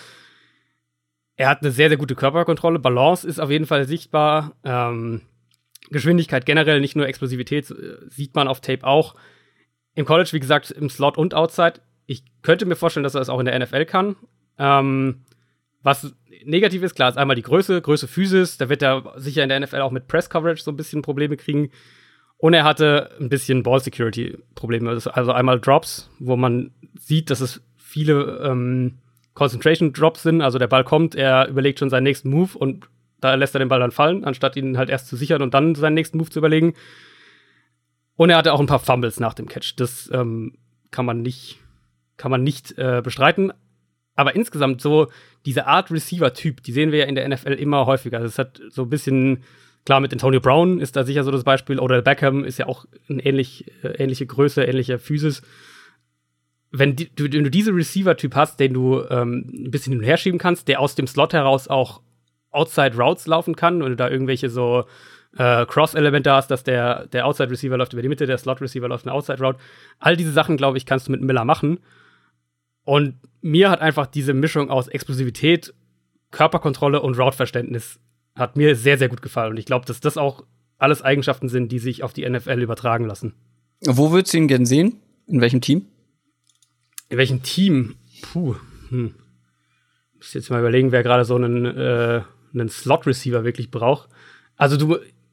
Er hat eine sehr, sehr gute Körperkontrolle. Balance ist auf jeden Fall sichtbar. Ähm, Geschwindigkeit generell, nicht nur Explosivität, äh, sieht man auf Tape auch. Im College, wie gesagt, im Slot und Outside. Ich könnte mir vorstellen, dass er das auch in der N F L kann. Ähm, was negativ ist, klar, ist einmal die Größe, Größe Physis. Da wird er sicher in der N F L auch mit Press-Coverage so ein bisschen Probleme kriegen. Und er hatte ein bisschen Ball-Security-Probleme. Also einmal Drops, wo man sieht, dass es viele ähm, Concentration-Drops sind. Also der Ball kommt, er überlegt schon seinen nächsten Move und da lässt er den Ball dann fallen, anstatt ihn halt erst zu sichern und dann seinen nächsten Move zu überlegen. Und er hatte auch ein paar Fumbles nach dem Catch. Das ähm, kann man nicht, kann man nicht äh, bestreiten. Aber insgesamt so diese Art Receiver-Typ, die sehen wir ja in der N F L immer häufiger. Das hat so ein bisschen, klar, mit Antonio Brown ist da sicher so das Beispiel. Oder Beckham ist ja auch eine ähnlich, äh, ähnliche Größe, ähnliche Physis. Wenn, die, du, wenn du diese Receiver-Typ hast, den du ähm, ein bisschen hin und her schieben kannst, der aus dem Slot heraus auch Outside Routes laufen kann, wenn du da irgendwelche so äh, Cross-Elemente hast, dass der, der Outside-Receiver läuft über die Mitte, der Slot-Receiver läuft eine Outside-Route. All diese Sachen, glaube ich, kannst du mit Miller machen. Und mir hat einfach diese Mischung aus Explosivität, Körperkontrolle und Route-Verständnis hat mir sehr, sehr gut gefallen. Und ich glaube, dass das auch alles Eigenschaften sind, die sich auf die N F L übertragen lassen. Wo würdest du ihn gern sehen? In welchem Team? In welchem Team? Puh. Hm. Ich muss jetzt mal überlegen, wer gerade so einen, äh, einen Slot-Receiver wirklich braucht. Also du,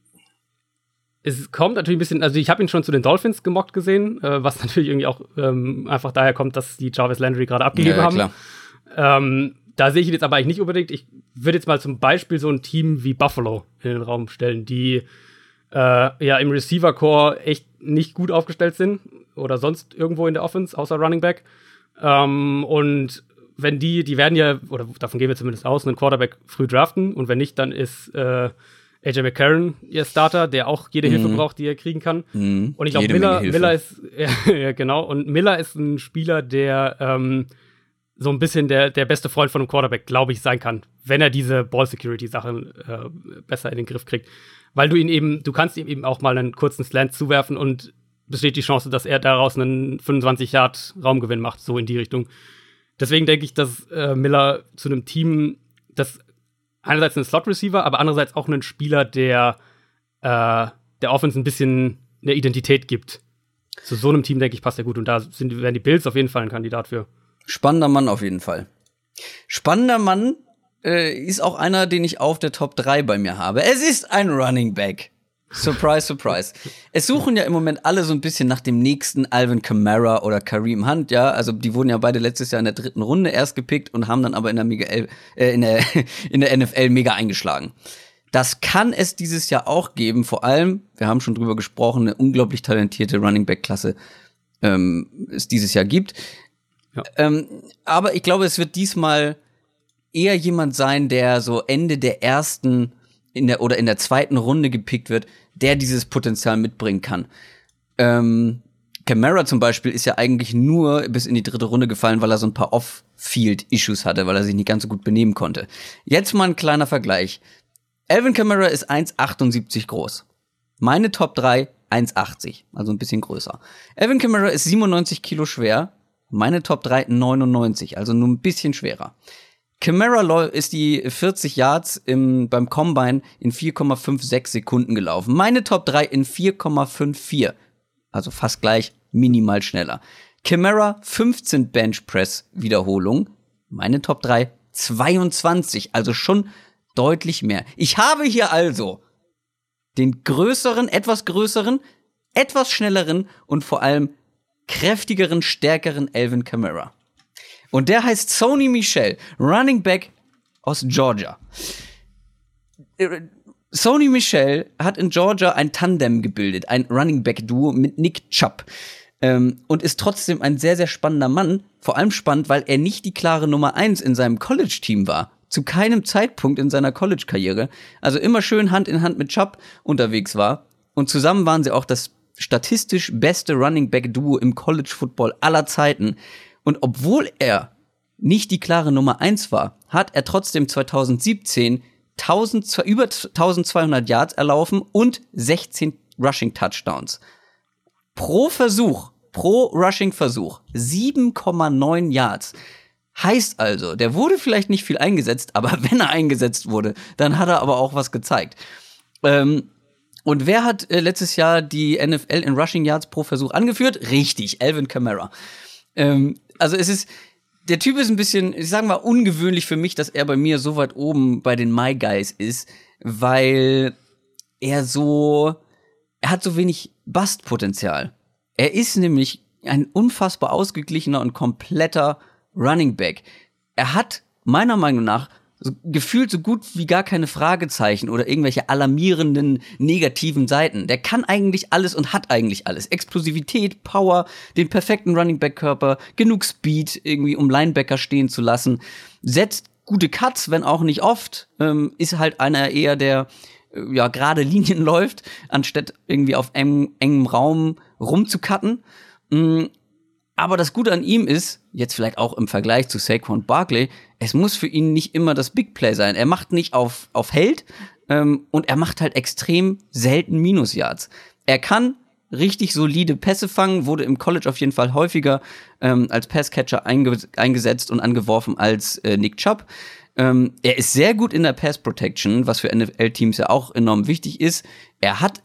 es kommt natürlich ein bisschen, also ich habe ihn schon zu den Dolphins gemockt gesehen, äh, was natürlich irgendwie auch ähm, einfach daher kommt, dass die Jarvis Landry gerade abgegeben ja, ja, haben. Ähm, da sehe ich ihn jetzt aber eigentlich nicht unbedingt. Ich würde jetzt mal zum Beispiel so ein Team wie Buffalo in den Raum stellen, die äh, ja im Receiver-Core echt nicht gut aufgestellt sind oder sonst irgendwo in der Offense, außer Running Back. Ähm, und wenn die, die werden ja, oder davon gehen wir zumindest aus, einen Quarterback früh draften. Und wenn nicht, dann ist äh, A J McCarron ihr Starter, der auch jede Hilfe Mhm. braucht, die er kriegen kann. Mhm. Und ich glaube, Jede Miller, Menge Hilfe. Miller ist, ja, ja, genau, und Miller ist ein Spieler, der ähm, so ein bisschen der, der beste Freund von einem Quarterback, glaube ich, sein kann, wenn er diese Ball-Security-Sachen äh, besser in den Griff kriegt. Weil du ihn eben, du kannst ihm eben auch mal einen kurzen Slant zuwerfen und besteht die Chance, dass er daraus einen fünfundzwanzig Yard Raumgewinn macht, so in die Richtung. Deswegen denke ich, dass äh, Miller zu einem Team, das einerseits einen Slot-Receiver, aber andererseits auch einen Spieler, der äh, der Offense ein bisschen eine Identität gibt. Zu so einem Team, denke ich, passt er gut. Und da sind, wären die Bills auf jeden Fall ein Kandidat für. Spannender Mann auf jeden Fall. Spannender Mann äh, ist auch einer, den ich auf der Top drei bei mir habe. Es ist ein Running Back. Surprise, surprise. Es suchen ja im Moment alle so ein bisschen nach dem nächsten Alvin Kamara oder Kareem Hunt, ja. Also die wurden ja beide letztes Jahr in der dritten Runde erst gepickt und haben dann aber in der, Mega, äh, in der, in der N F L mega eingeschlagen. Das kann es dieses Jahr auch geben. Vor allem, wir haben schon drüber gesprochen, eine unglaublich talentierte Running Back Klasse ähm, es dieses Jahr gibt. Ja. Ähm, aber ich glaube, es wird diesmal eher jemand sein, der so Ende der ersten in der oder in der zweiten Runde gepickt wird, der dieses Potenzial mitbringen kann. Ähm, Kamara zum Beispiel ist ja eigentlich nur bis in die dritte Runde gefallen, weil er so ein paar Off-Field-Issues hatte, weil er sich nicht ganz so gut benehmen konnte. Jetzt mal ein kleiner Vergleich. Alvin Kamara ist eins Komma achtundsiebzig groß. Meine Top drei eins Komma achtzig, also ein bisschen größer. Alvin Kamara ist siebenundneunzig Kilo schwer. Meine Top drei neunundneunzig, also nur ein bisschen schwerer. Kamara ist die vierzig Yards im, beim Combine in vier Komma sechsundfünfzig Sekunden gelaufen. Meine Top drei in vier Komma vierundfünfzig. Also fast gleich, minimal schneller. Kamara fünfzehn Bench Press Wiederholungen. Meine Top drei zweiundzwanzig. Also schon Deutlich mehr. Ich habe hier also den größeren, etwas größeren, etwas schnelleren und vor allem kräftigeren, stärkeren Alvin Kamara. Und der heißt Sony Michel, Running Back aus Georgia. Sony Michel hat in Georgia ein Tandem gebildet, ein Running Back Duo mit Nick Chubb. Ähm, und ist trotzdem ein sehr, sehr spannender Mann. Vor allem spannend, weil er nicht die klare Nummer eins in seinem College-Team war. Zu keinem Zeitpunkt in seiner College-Karriere. Also immer schön Hand in Hand mit Chubb unterwegs war. Und zusammen waren sie auch das statistisch beste Running Back Duo im College-Football aller Zeiten. Und obwohl er nicht die klare Nummer eins war, hat er trotzdem zwanzig siebzehn tausend, über eintausendzweihundert Yards erlaufen und sechzehn Rushing Touchdowns. Pro Versuch, pro Rushing-Versuch, sieben Komma neun Yards. Heißt also, der wurde vielleicht nicht viel eingesetzt, aber wenn er eingesetzt wurde, dann hat er aber auch was gezeigt. Ähm, und wer hat äh, letztes Jahr die N F L in Rushing Yards pro Versuch angeführt? Richtig, Alvin Kamara. Ähm, also es ist, der Typ ist ein bisschen, ich sag mal, ungewöhnlich für mich, dass er bei mir so weit oben bei den My Guys ist, weil er so, er hat so wenig Bustpotenzial. Er ist nämlich ein unfassbar ausgeglichener und kompletter Running Back. Er hat meiner Meinung nach so gefühlt so gut wie gar keine Fragezeichen oder irgendwelche alarmierenden negativen Seiten. Der kann eigentlich alles und hat eigentlich alles. Explosivität, Power, den perfekten Running Back Körper, genug Speed irgendwie, um Linebacker stehen zu lassen, setzt gute Cuts, wenn auch nicht oft, ähm, ist halt einer eher, der äh, ja gerade Linien läuft, anstatt irgendwie auf eng, engem Raum rumzucutten. Mhm. Aber das Gute an ihm ist, jetzt vielleicht auch im Vergleich zu Saquon Barkley, es muss für ihn nicht immer das Big Play sein. Er macht nicht auf, auf Held ähm, und er macht halt extrem selten Minusyards. Er kann richtig solide Pässe fangen, wurde im College auf jeden Fall häufiger ähm, als Passcatcher einge- eingesetzt und angeworfen als äh, Nick Chubb. Ähm, er ist sehr gut in der Pass Protection, was für N F L-Teams ja auch enorm wichtig ist. Er hat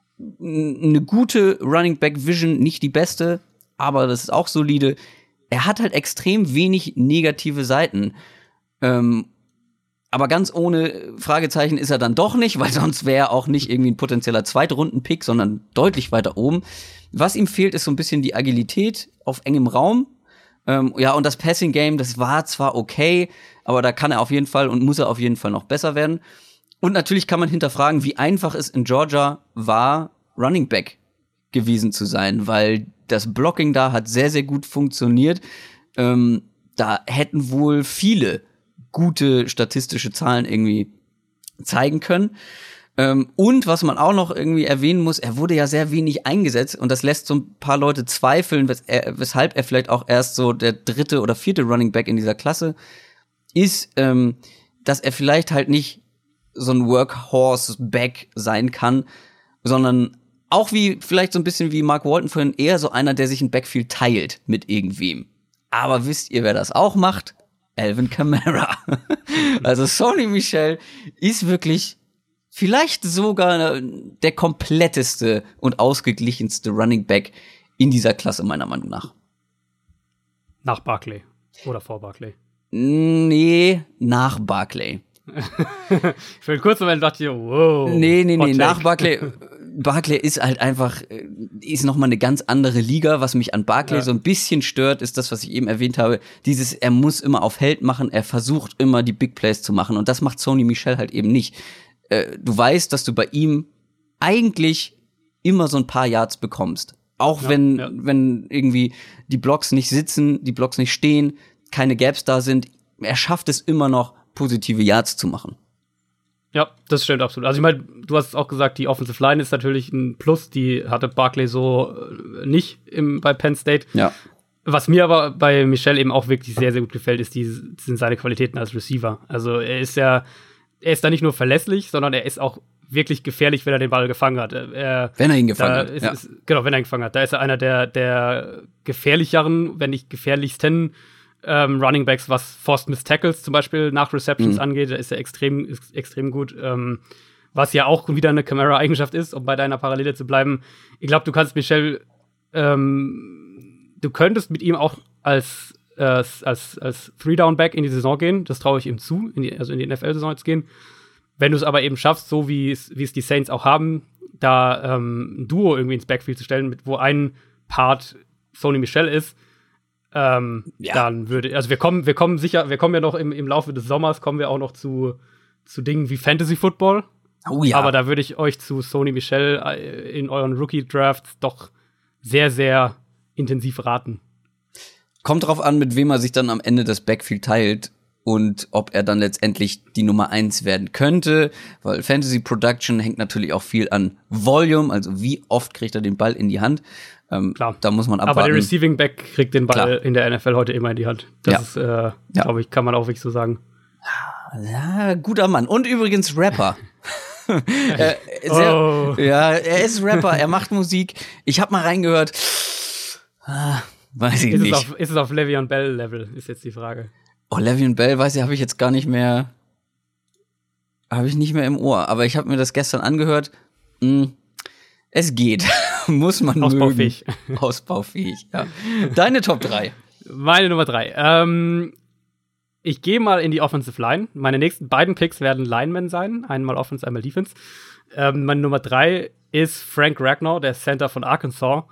eine gute Running Back Vision, nicht die beste, aber das ist auch solide. Er hat halt extrem wenig negative Seiten. Ähm, aber ganz ohne Fragezeichen ist er dann doch nicht, weil sonst wäre er auch nicht irgendwie ein potenzieller Zweitrunden-Pick, sondern deutlich weiter oben. Was ihm fehlt, ist so ein bisschen die Agilität auf engem Raum. Ähm, ja, und das Passing-Game, das war zwar okay, aber da kann er auf jeden Fall und muss er auf jeden Fall noch besser werden. Und natürlich kann man hinterfragen, wie einfach es in Georgia war, Running Back gewesen zu sein, weil das Blocking da hat sehr, sehr gut funktioniert. Ähm, da hätten wohl viele gute statistische Zahlen irgendwie zeigen können. Ähm, und was man auch noch irgendwie erwähnen muss, er wurde ja sehr wenig eingesetzt und das lässt so ein paar Leute zweifeln, wes- er, weshalb er vielleicht auch erst so der dritte oder vierte Running Back in dieser Klasse ist, ähm, dass er vielleicht halt nicht so ein Workhorse-Back sein kann, sondern auch wie, vielleicht so ein bisschen wie Mark Walton vorhin, eher so einer, der sich ein Backfield teilt mit irgendwem. Aber wisst ihr, wer das auch macht? Alvin Kamara. Also Sony Michel ist wirklich vielleicht sogar der kompletteste und ausgeglichenste Running Back in dieser Klasse, meiner Meinung nach. Nach Barkley. Oder vor Barkley. Nee, nach Barkley. Für einen kurzen Moment dachte ich, wow. Nee, nee, nee, nach Barkley. Barkley ist halt einfach, ist nochmal eine ganz andere Liga. Was mich an Barkley ja. so ein bisschen stört, ist das, was ich eben erwähnt habe. Dieses, er muss immer auf Held machen, er versucht immer die Big Plays zu machen. Und das macht Sony Michel halt eben nicht. Äh, du weißt, dass du bei ihm eigentlich immer so ein paar Yards bekommst. Auch ja, wenn, ja. wenn irgendwie die Blocks nicht sitzen, die Blocks nicht stehen, keine Gaps da sind. Er schafft es immer noch, positive Yards zu machen. Ja, das stimmt absolut. Also ich meine, du hast es auch gesagt, die Offensive Line ist natürlich ein Plus, die hatte Barkley so äh, nicht im, bei Penn State. Ja. Was mir aber bei Michel eben auch wirklich sehr, sehr gut gefällt, ist die, sind seine Qualitäten als Receiver. Also er ist ja, er ist da nicht nur verlässlich, sondern er ist auch wirklich gefährlich, wenn er den Ball gefangen hat. Er, wenn er ihn gefangen hat. Ist, ja. ist, genau, wenn er ihn gefangen hat. Da ist er einer der, der gefährlicheren, wenn nicht gefährlichsten Ähm, Running Backs, was Forced Missed Tackles zum Beispiel nach Receptions mhm. angeht, da ist er extrem, ist extrem gut. Ähm, was ja auch wieder eine Kamara-Eigenschaft ist, um bei deiner Parallele zu bleiben. Ich glaube, du kannst Michel, ähm, du könntest mit ihm auch als, äh, als, als Three-Down-Back in die Saison gehen. Das traue ich ihm zu, in die, also in die N F L-Saison jetzt gehen. Wenn du es aber eben schaffst, so wie es die Saints auch haben, da ähm, ein Duo irgendwie ins Backfield zu stellen, mit, wo ein Part Sony Michel ist, ähm, ja. dann würde, also wir kommen, wir kommen sicher, wir kommen ja noch im, im Laufe des Sommers, kommen wir auch noch zu, zu Dingen wie Fantasy Football. Oh ja. Aber da würde ich euch zu Sony Michel in euren Rookie-Drafts doch sehr, sehr intensiv raten. Kommt drauf an, mit wem er sich dann am Ende das Backfield teilt und ob er dann letztendlich die Nummer eins werden könnte, weil Fantasy Production hängt natürlich auch viel an Volume, also wie oft kriegt er den Ball in die Hand. Ähm, Klar. Da muss man abwarten. Aber der Receiving Back kriegt den Ball Klar. in der N F L heute immer in die Hand. Das ja. ist, äh, ja. glaube ich, kann man auch wirklich so sagen. Ja, guter Mann. Und übrigens Rapper. äh, sehr, oh. Ja, er ist Rapper, er macht Musik. Ich habe mal reingehört. Ah, weiß ich ist nicht. Es auf, ist es auf Le'Veon Bell Level, ist jetzt die Frage. Oh, Le'Veon Bell, weiß ich, habe ich jetzt gar nicht mehr, habe ich nicht mehr im Ohr. Aber ich habe mir das gestern angehört. Hm, es geht. Muss man Ausbaufähig. mögen. Ausbaufähig, ja. Deine Top drei. Meine Nummer drei. Ähm, ich gehe mal in die Offensive Line. Meine nächsten beiden Picks werden Linemen sein. Einmal Offense, einmal Defense. Ähm, meine Nummer drei ist Frank Ragnow, der Center von Arkansas.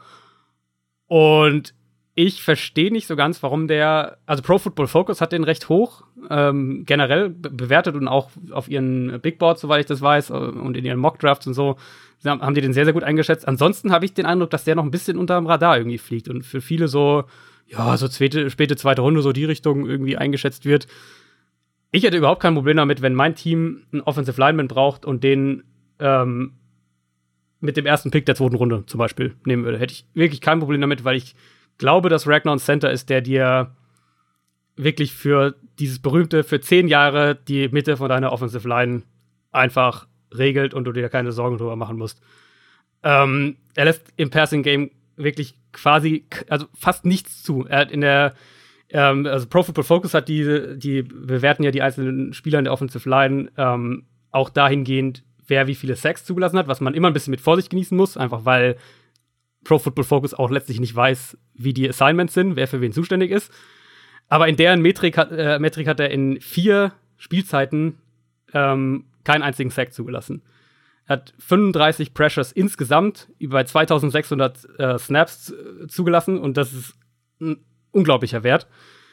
Und ich verstehe nicht so ganz, warum der, also Pro Football Focus hat den recht hoch ähm, generell be- bewertet und auch auf ihren Big Boards, soweit ich das weiß, und in ihren Mock Drafts und so, haben die den sehr, sehr gut eingeschätzt. Ansonsten habe ich den Eindruck, dass der noch ein bisschen unter dem Radar irgendwie fliegt und für viele so, ja, so zweite, späte zweite Runde, so die Richtung irgendwie eingeschätzt wird. Ich hätte überhaupt kein Problem damit, wenn mein Team einen Offensive Lineman braucht und den ähm, mit dem ersten Pick der zweiten Runde zum Beispiel nehmen würde. Hätte ich wirklich kein Problem damit, weil ich glaube, dass Ragnow ein Center ist, der dir wirklich für dieses berühmte, für zehn Jahre die Mitte von deiner Offensive Line einfach regelt und du dir keine Sorgen drüber machen musst. Ähm, er lässt im Passing Game wirklich quasi, also fast nichts zu. Er hat in der, ähm, also Pro Football Focus hat die, die bewerten ja die einzelnen Spieler in der Offensive Line ähm, auch dahingehend, wer wie viele Sacks zugelassen hat, was man immer ein bisschen mit Vorsicht genießen muss, einfach weil Pro Football Focus auch letztlich nicht weiß, wie die Assignments sind, wer für wen zuständig ist. Aber in deren Metrik hat, äh, Metrik hat er in vier Spielzeiten ähm, keinen einzigen Sack zugelassen. Er hat fünfunddreißig Pressures insgesamt über zweitausendsechshundert äh, Snaps äh, zugelassen und das ist ein unglaublicher Wert.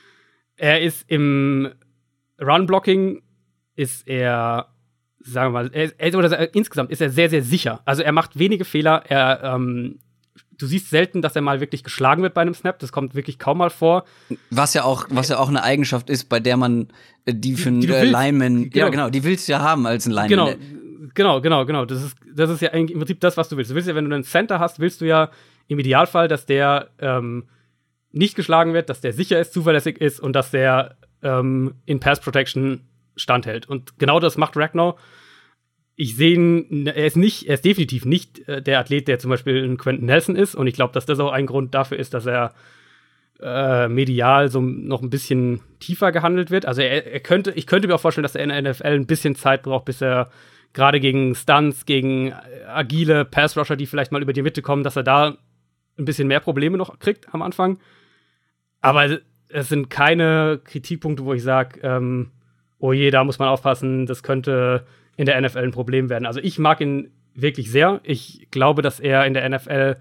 Er ist im Run-Blocking ist er, sagen wir mal, er, er, oder er, insgesamt ist er sehr, sehr sicher. Also er macht wenige Fehler. Er ähm, Du siehst selten, dass er mal wirklich geschlagen wird bei einem Snap. Das kommt wirklich kaum mal vor. Was ja auch, was ja auch eine Eigenschaft ist, bei der man äh, die für einen äh, Lineman, genau. ja genau, die willst du ja haben als ein Lineman. Genau, genau, genau, genau. Das ist, das ist ja eigentlich im Prinzip das, was du willst. Du willst ja, wenn du einen Center hast, willst du ja im Idealfall, dass der ähm, nicht geschlagen wird, dass der sicher ist, zuverlässig ist und dass der ähm, in Pass Protection standhält. Und genau das macht Ragnow. Ich sehe ihn, er ist nicht, er ist definitiv nicht äh, der Athlet, der zum Beispiel ein Quentin Nelson ist. Und ich glaube, dass das auch ein Grund dafür ist, dass er äh, medial so noch ein bisschen tiefer gehandelt wird. Also er, er könnte, ich könnte mir auch vorstellen, dass er in der N F L ein bisschen Zeit braucht, bis er gerade gegen Stunts, gegen agile Pass-Rusher, die vielleicht mal über die Mitte kommen, dass er da ein bisschen mehr Probleme noch kriegt am Anfang. Aber es sind keine Kritikpunkte, wo ich sage, ähm, oh je, da muss man aufpassen, das könnte in der N F L ein Problem werden. Also ich mag ihn wirklich sehr. Ich glaube, dass er in der N F L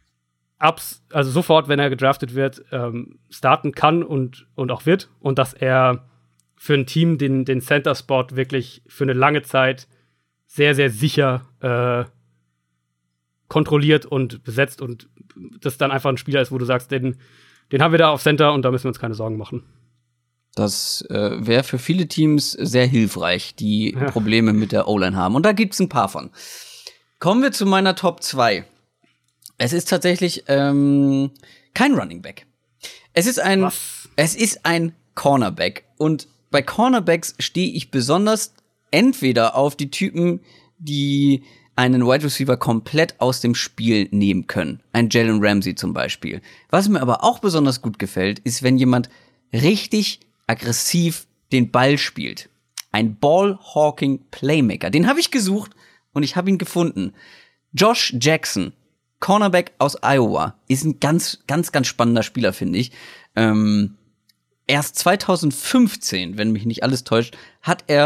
abs, also sofort, wenn er gedraftet wird, ähm, starten kann und, und auch wird. Und dass er für ein Team den, den Center-Spot wirklich für eine lange Zeit sehr, sehr sicher äh, kontrolliert und besetzt. Und das dann einfach ein Spieler ist, wo du sagst, den, den haben wir da auf Center und da müssen wir uns keine Sorgen machen. Das äh, wäre für viele Teams sehr hilfreich, die ja. Probleme mit der O-Line haben. Und da gibt's ein paar von. Kommen wir zu meiner Top zwei. Es ist tatsächlich ähm, kein Running Back. Es ist ein, Was? es ist ein Cornerback. Und bei Cornerbacks stehe ich besonders entweder auf die Typen, die einen Wide Receiver komplett aus dem Spiel nehmen können. Ein Jalen Ramsey zum Beispiel. Was mir aber auch besonders gut gefällt, ist, wenn jemand richtig aggressiv den Ball spielt. Ein Ball-Hawking-Playmaker. Den habe ich gesucht und ich habe ihn gefunden. Josh Jackson, Cornerback aus Iowa, ist ein ganz, ganz, ganz spannender Spieler, finde ich. Ähm, erst zweitausendfünfzehn, wenn mich nicht alles täuscht, hat er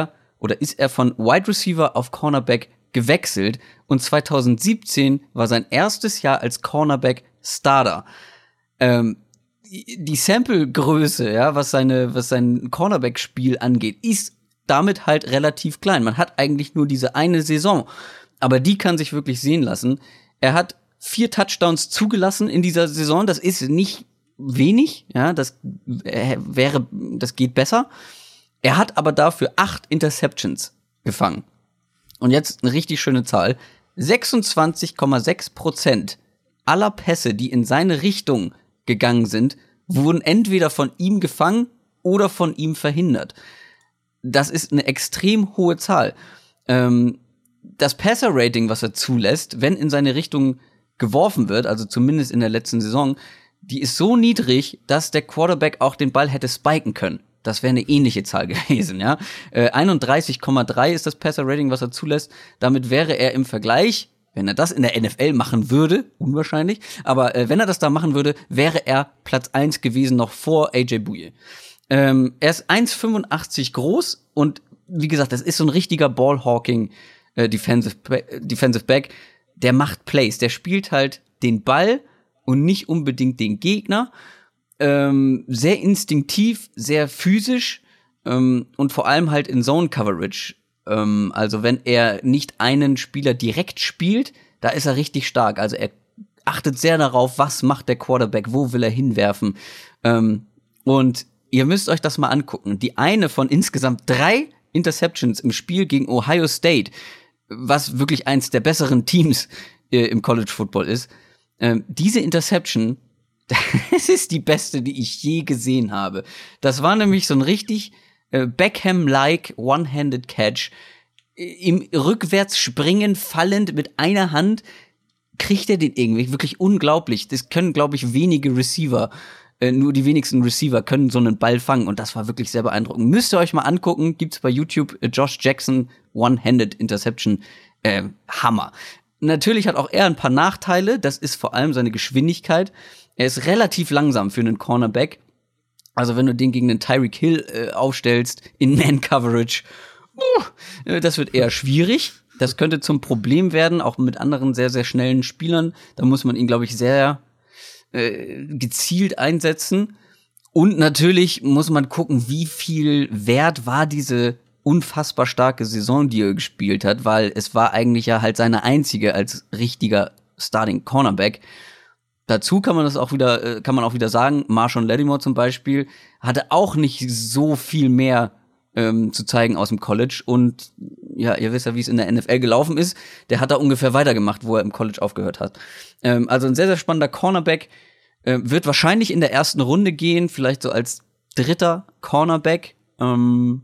oder ist er von Wide Receiver auf Cornerback gewechselt und zwanzig siebzehn war sein erstes Jahr als Cornerback Starter. Ähm, die Sample-Größe, ja, was seine, was sein Cornerback-Spiel angeht, ist damit halt relativ klein. Man hat eigentlich nur diese eine Saison, aber die kann sich wirklich sehen lassen. Er hat vier Touchdowns zugelassen in dieser Saison. Das ist nicht wenig, ja, das wäre, das geht besser. Er hat aber dafür acht Interceptions gefangen. Und jetzt eine richtig schöne Zahl. sechsundzwanzig Komma sechs Prozent aller Pässe, die in seine Richtung gegangen sind, wurden entweder von ihm gefangen oder von ihm verhindert. Das ist eine extrem hohe Zahl. Ähm, das Passer-Rating, was er zulässt, wenn in seine Richtung geworfen wird, also zumindest in der letzten Saison, die ist so niedrig, dass der Quarterback auch den Ball hätte spiken können. Das wäre eine ähnliche Zahl gewesen, ja. Äh, einunddreißig Komma drei ist das Passer-Rating, was er zulässt. Damit wäre er im Vergleich, wenn er das in der N F L machen würde, unwahrscheinlich, aber äh, wenn er das da machen würde, wäre er Platz eins gewesen, noch vor A J Bouye. Ähm, er ist eins Komma fünfundachtzig groß und wie gesagt, das ist so ein richtiger Ballhawking äh, Defensive, Defensive Back. Der macht Plays, der spielt halt den Ball und nicht unbedingt den Gegner. Ähm, sehr instinktiv, sehr physisch ähm, und vor allem halt in Zone Coverage. Ähm, also wenn er nicht einen Spieler direkt spielt, da ist er richtig stark. Also er achtet sehr darauf, was macht der Quarterback, wo will er hinwerfen. Ähm, und ihr müsst euch das mal angucken. Die eine von insgesamt drei Interceptions im Spiel gegen Ohio State, was wirklich eins der besseren Teams äh, im College Football ist. Ähm, diese Interception, das ist die beste, die ich je gesehen habe. Das war nämlich so ein richtig äh, Beckham-like One-Handed Catch. Im rückwärts springen, fallend mit einer Hand kriegt er den irgendwie. Wirklich unglaublich. Das können, glaube ich, wenige Receiver, äh, nur die wenigsten Receiver können so einen Ball fangen. Und das war wirklich sehr beeindruckend. Müsst ihr euch mal angucken. Gibt's bei YouTube äh, Josh Jackson One-Handed Interception. Äh, Hammer. Natürlich hat auch er ein paar Nachteile. Das ist vor allem seine Geschwindigkeit. Er ist relativ langsam für einen Cornerback. Also wenn du den gegen den Tyreek Hill äh, aufstellst in Man-Coverage, uh, das wird eher schwierig. Das könnte zum Problem werden, auch mit anderen sehr, sehr schnellen Spielern. Da muss man ihn, glaube ich, sehr äh, gezielt einsetzen. Und natürlich muss man gucken, wie viel wert war diese unfassbar starke Saison, die er gespielt hat, weil es war eigentlich ja halt seine einzige als richtiger Starting Cornerback. Dazu kann man das auch wieder, kann man auch wieder sagen, Marshawn Lattimore zum Beispiel hatte auch nicht so viel mehr ähm, zu zeigen aus dem College und ja, ihr wisst ja, wie es in der N F L gelaufen ist. Der hat da ungefähr weitergemacht, wo er im College aufgehört hat. Ähm, also ein sehr, sehr spannender Cornerback, äh, wird wahrscheinlich in der ersten Runde gehen, vielleicht so als dritter Cornerback. Ähm,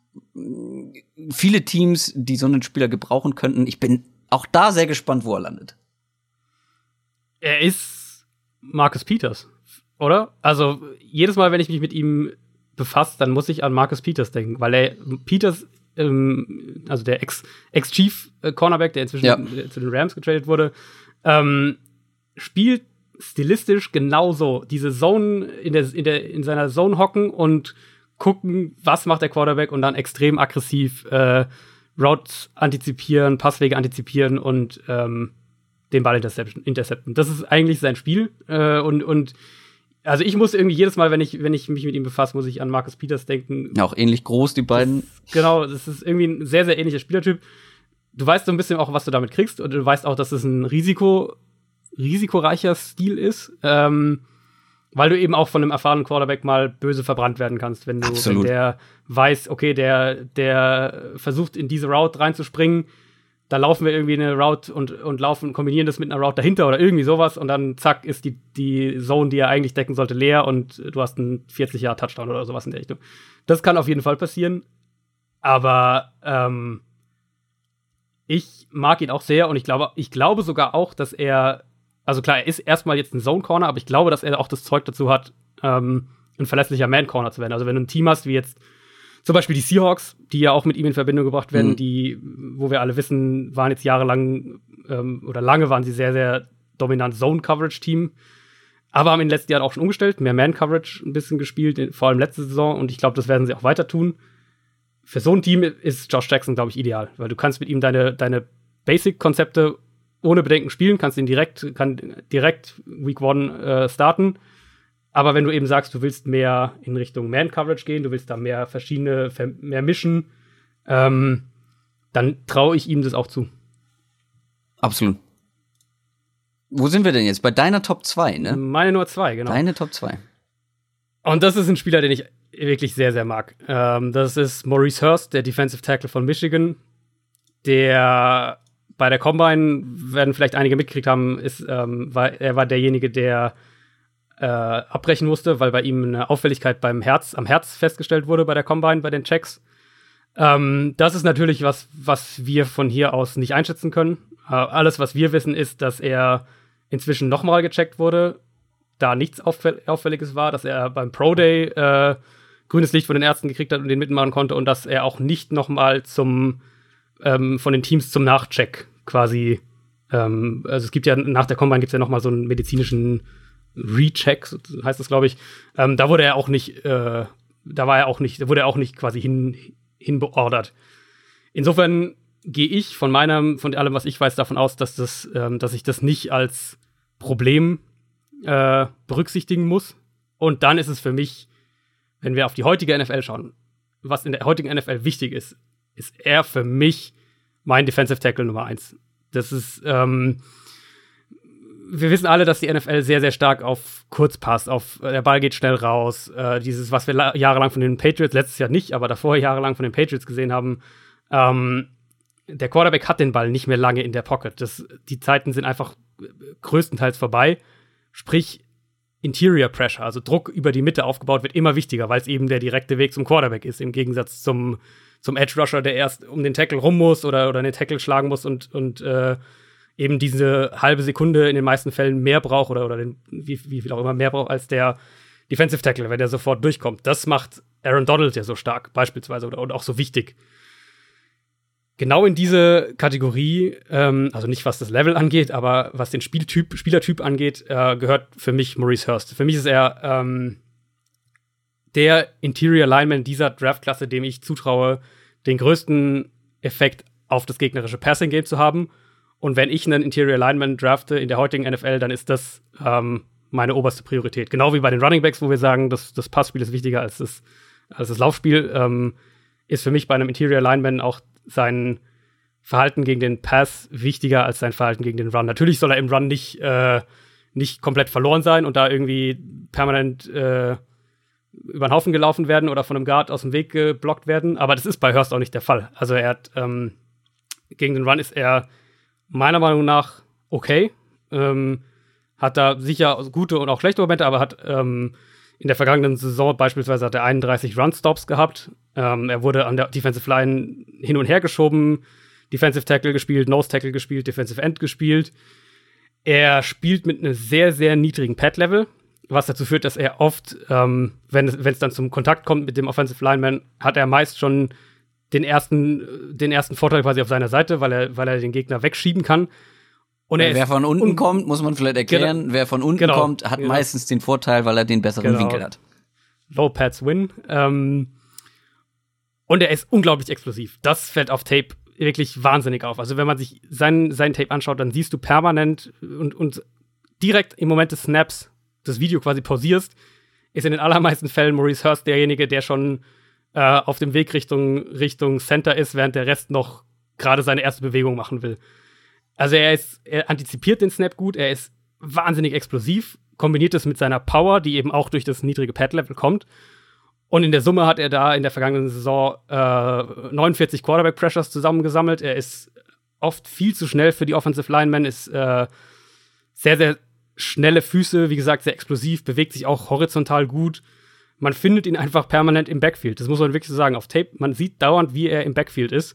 viele Teams, die so einen Spieler gebrauchen könnten. Ich bin auch da sehr gespannt, wo er landet. Er ist Marcus Peters, oder? Also jedes Mal, wenn ich mich mit ihm befasse, dann muss ich an Marcus Peters denken, weil er Peters, ähm, also der Ex- Ex-Chief Cornerback, der inzwischen ja. zu den Rams getradet wurde, ähm, spielt stilistisch genauso. Diese Zone in der in der in seiner Zone hocken und gucken, was macht der Quarterback und dann extrem aggressiv äh, Routes antizipieren, Passwege antizipieren und ähm, den Ball intercepten. Das ist eigentlich sein Spiel. Äh, und, und also ich muss irgendwie jedes Mal, wenn ich, wenn ich mich mit ihm befasse, muss ich an Marcus Peters denken. Ja, auch ähnlich groß, die beiden. Das, genau, das ist irgendwie ein sehr, sehr ähnlicher Spielertyp. Du weißt so ein bisschen auch, was du damit kriegst. Und du weißt auch, dass es ein Risiko, risikoreicher Stil ist. Ähm, weil du eben auch von einem erfahrenen Quarterback mal böse verbrannt werden kannst, wenn du, wenn der weiß, okay, der, der versucht in diese Route reinzuspringen, da laufen wir irgendwie eine Route und, und laufen, kombinieren das mit einer Route dahinter oder irgendwie sowas und dann zack, ist die, die Zone, die er eigentlich decken sollte, leer und du hast einen vierzig-Yard-Touchdown oder sowas in der Richtung. Das kann auf jeden Fall passieren, aber ähm, ich mag ihn auch sehr und ich glaube, ich glaube sogar auch, dass er, also klar, er ist erstmal jetzt ein Zone-Corner, aber ich glaube, dass er auch das Zeug dazu hat, ähm, ein verlässlicher Man-Corner zu werden. Also wenn du ein Team hast, wie jetzt zum Beispiel die Seahawks, die ja auch mit ihm in Verbindung gebracht werden, mhm. die, wo wir alle wissen, waren jetzt jahrelang ähm, oder lange waren sie sehr, sehr dominant Zone-Coverage-Team, aber haben in den letzten Jahren auch schon umgestellt, mehr Man-Coverage ein bisschen gespielt, vor allem letzte Saison und ich glaube, das werden sie auch weiter tun. für so ein Team ist Josh Jackson, glaube ich, ideal, weil du kannst mit ihm deine, deine Basic-Konzepte ohne Bedenken spielen, kannst ihn direkt, kann direkt Week One äh, starten. Aber wenn du eben sagst, du willst mehr in Richtung Man-Coverage gehen, du willst da mehr verschiedene, mehr mischen, ähm, dann traue ich ihm das auch zu. Absolut. Wo sind wir denn jetzt? Bei deiner Top zwei, ne? Meine Nummer zwei, genau. Deine Top zwei. Und das ist ein Spieler, den ich wirklich sehr, sehr mag. Ähm, das ist Maurice Hurst, der Defensive Tackle von Michigan, der bei der Combine, werden vielleicht einige mitgekriegt haben, ist, ähm, war, er war derjenige, der äh, abbrechen musste, weil bei ihm eine Auffälligkeit beim Herz, am Herz festgestellt wurde bei der Combine, bei den Checks. Ähm, das ist natürlich was, was wir von hier aus nicht einschätzen können. Äh, alles, was wir wissen, ist, dass er inzwischen nochmal gecheckt wurde, da nichts Auffäll- Auffälliges war, dass er beim Pro Day äh, grünes Licht von den Ärzten gekriegt hat und den mitmachen konnte und dass er auch nicht nochmal zum ähm, von den Teams zum Nachcheck quasi, ähm, also es gibt ja nach der Combine gibt's ja nochmal so einen medizinischen Recheck, heißt das, glaube ich. Ähm, da wurde er auch nicht, äh, da war er auch nicht, da wurde er auch nicht quasi hin, hinbeordert. Insofern gehe ich von meinem, von allem, was ich weiß, davon aus, dass das, ähm, dass ich das nicht als Problem äh, berücksichtigen muss. Und dann ist es für mich, wenn wir auf die heutige N F L schauen, was in der heutigen N F L wichtig ist, ist er für mich mein Defensive Tackle Nummer eins. Das ist, ähm, wir wissen alle, dass die N F L sehr, sehr stark auf Kurzpass, auf der Ball geht schnell raus, äh, dieses, was wir la- jahrelang von den Patriots, letztes Jahr nicht, aber davor jahrelang von den Patriots gesehen haben, ähm, der Quarterback hat den Ball nicht mehr lange in der Pocket. Das, die Zeiten sind einfach größtenteils vorbei. Sprich, Interior Pressure, also Druck über die Mitte aufgebaut, wird immer wichtiger, weil es eben der direkte Weg zum Quarterback ist, im Gegensatz zum, zum Edge Rusher, der erst um den Tackle rum muss oder, oder den Tackle schlagen muss und, und äh, eben diese halbe Sekunde in den meisten Fällen mehr braucht oder, oder den, wie, wie viel auch immer mehr braucht als der Defensive Tackle, wenn der sofort durchkommt. Das macht Aaron Donald ja so stark, beispielsweise, oder und auch so wichtig. Genau in diese Kategorie, ähm, also nicht was das Level angeht, aber was den Spieltyp, Spielertyp angeht, äh, gehört für mich Maurice Hurst. Für mich ist er ähm, der Interior Lineman dieser Draftklasse, dem ich zutraue, den größten Effekt auf das gegnerische Passing-Game zu haben. Und wenn ich einen Interior Lineman drafte in der heutigen N F L, dann ist das ähm, meine oberste Priorität. Genau wie bei den Running Backs, wo wir sagen, das, das Passspiel ist wichtiger als das, als das Laufspiel, ähm, ist für mich bei einem Interior Lineman auch sein Verhalten gegen den Pass wichtiger als sein Verhalten gegen den Run. Natürlich soll er im Run nicht, äh, nicht komplett verloren sein und da irgendwie permanent äh, über den Haufen gelaufen werden oder von einem Guard aus dem Weg geblockt werden, aber das ist bei Hurst auch nicht der Fall. Also er hat ähm, gegen den Run ist er meiner Meinung nach okay, ähm, hat da sicher gute und auch schlechte Momente, aber hat ähm, in der vergangenen Saison beispielsweise hat er einunddreißig Run-Stops gehabt. Ähm, er wurde an der Defensive Line hin und her geschoben, Defensive Tackle gespielt, Nose Tackle gespielt, Defensive End gespielt. Er spielt mit einem sehr, sehr niedrigen Pad-Level, was dazu führt, dass er oft, ähm, wenn es wenn es dann zum Kontakt kommt mit dem Offensive Lineman, hat er meist schon den ersten, den ersten Vorteil quasi auf seiner Seite, weil er, weil er den Gegner wegschieben kann. Und er wer ist von unten un- kommt, muss man vielleicht erklären, Genau. wer von unten Genau. kommt, hat Genau. meistens den Vorteil, weil er den besseren Genau. Winkel hat. Low Pads win. Ähm, und er ist unglaublich explosiv. Das fällt auf Tape wirklich wahnsinnig auf. Also wenn man sich seinen, seinen Tape anschaut, dann siehst du permanent und, und direkt im Moment des Snaps das Video quasi pausierst, ist in den allermeisten Fällen Maurice Hurst derjenige, der schon äh, auf dem Weg Richtung, Richtung Center ist, während der Rest noch gerade seine erste Bewegung machen will. Also er ist, er antizipiert den Snap gut, er ist wahnsinnig explosiv, kombiniert es mit seiner Power, die eben auch durch das niedrige Pad-Level kommt. Und in der Summe hat er da in der vergangenen Saison äh, neunundvierzig Quarterback-Pressures zusammengesammelt. Er ist oft viel zu schnell für die Offensive Linemen, ist äh, sehr, sehr schnelle Füße, wie gesagt, sehr explosiv, bewegt sich auch horizontal gut. Man findet ihn einfach permanent im Backfield. Das muss man wirklich so sagen. Auf Tape, man sieht dauernd, wie er im Backfield ist.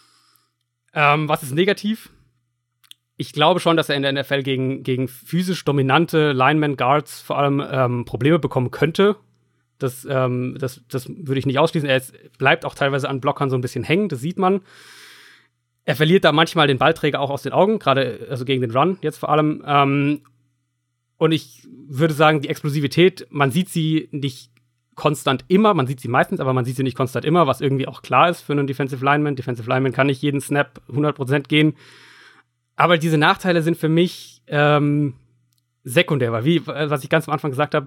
Ähm, was ist negativ? Ich glaube schon, dass er in der N F L gegen, gegen physisch dominante Lineman-Guards vor allem ähm, Probleme bekommen könnte. Das, ähm, das, das würde ich nicht ausschließen. Er ist, bleibt auch teilweise an Blockern so ein bisschen hängen, das sieht man. Er verliert da manchmal den Ballträger auch aus den Augen, gerade also gegen den Run jetzt vor allem. Ähm, und ich würde sagen, die Explosivität, man sieht sie nicht konstant immer. Man sieht sie meistens, aber man sieht sie nicht konstant immer, was irgendwie auch klar ist für einen Defensive Lineman. Defensive Lineman kann nicht jeden Snap hundert Prozent gehen. Aber diese Nachteile sind für mich ähm, sekundär, weil wie, was ich ganz am Anfang gesagt habe,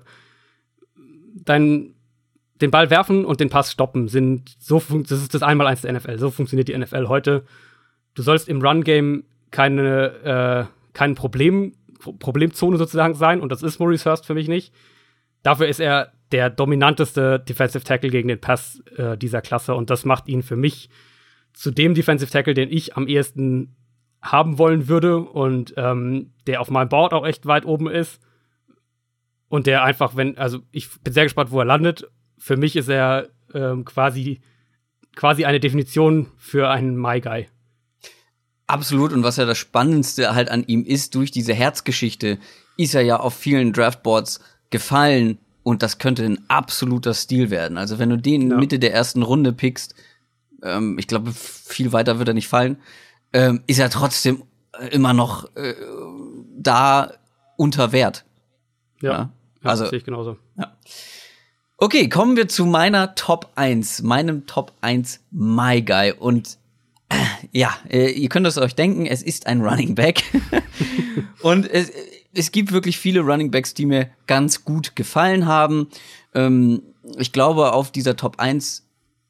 dein, den Ball werfen und den Pass stoppen sind so, das ist das Einmaleins der N F L. So funktioniert die N F L heute. Du sollst im Run-Game keine, äh, kein Problem, Problemzone sozusagen sein, und das ist Maurice Hurst für mich nicht. Dafür ist er der dominanteste Defensive Tackle gegen den Pass äh, dieser Klasse, und das macht ihn für mich zu dem Defensive Tackle, den ich am ehesten haben wollen würde und ähm, der auf meinem Board auch echt weit oben ist und der einfach, wenn, also ich bin sehr gespannt, wo er landet. Für mich ist er ähm, quasi, quasi eine Definition für einen My Guy. Absolut, und was ja das Spannendste halt an ihm ist, durch diese Herzgeschichte ist er ja auf vielen Draftboards gefallen, und das könnte ein absoluter Stil werden. Also wenn du den in ja. Mitte der ersten Runde pickst, ähm, ich glaube, viel weiter wird er nicht fallen, ähm, ist er trotzdem immer noch äh, da unter Wert. Ja, ja? ja also sehe ich genauso. Ja. Okay, kommen wir zu meiner Top eins, meinem Top eins My Guy, und äh, ja, äh, ihr könnt es euch denken, es ist ein Running Back. Und es, es gibt wirklich viele Running Backs, die mir ganz gut gefallen haben. Ähm, ich glaube, auf dieser Top eins,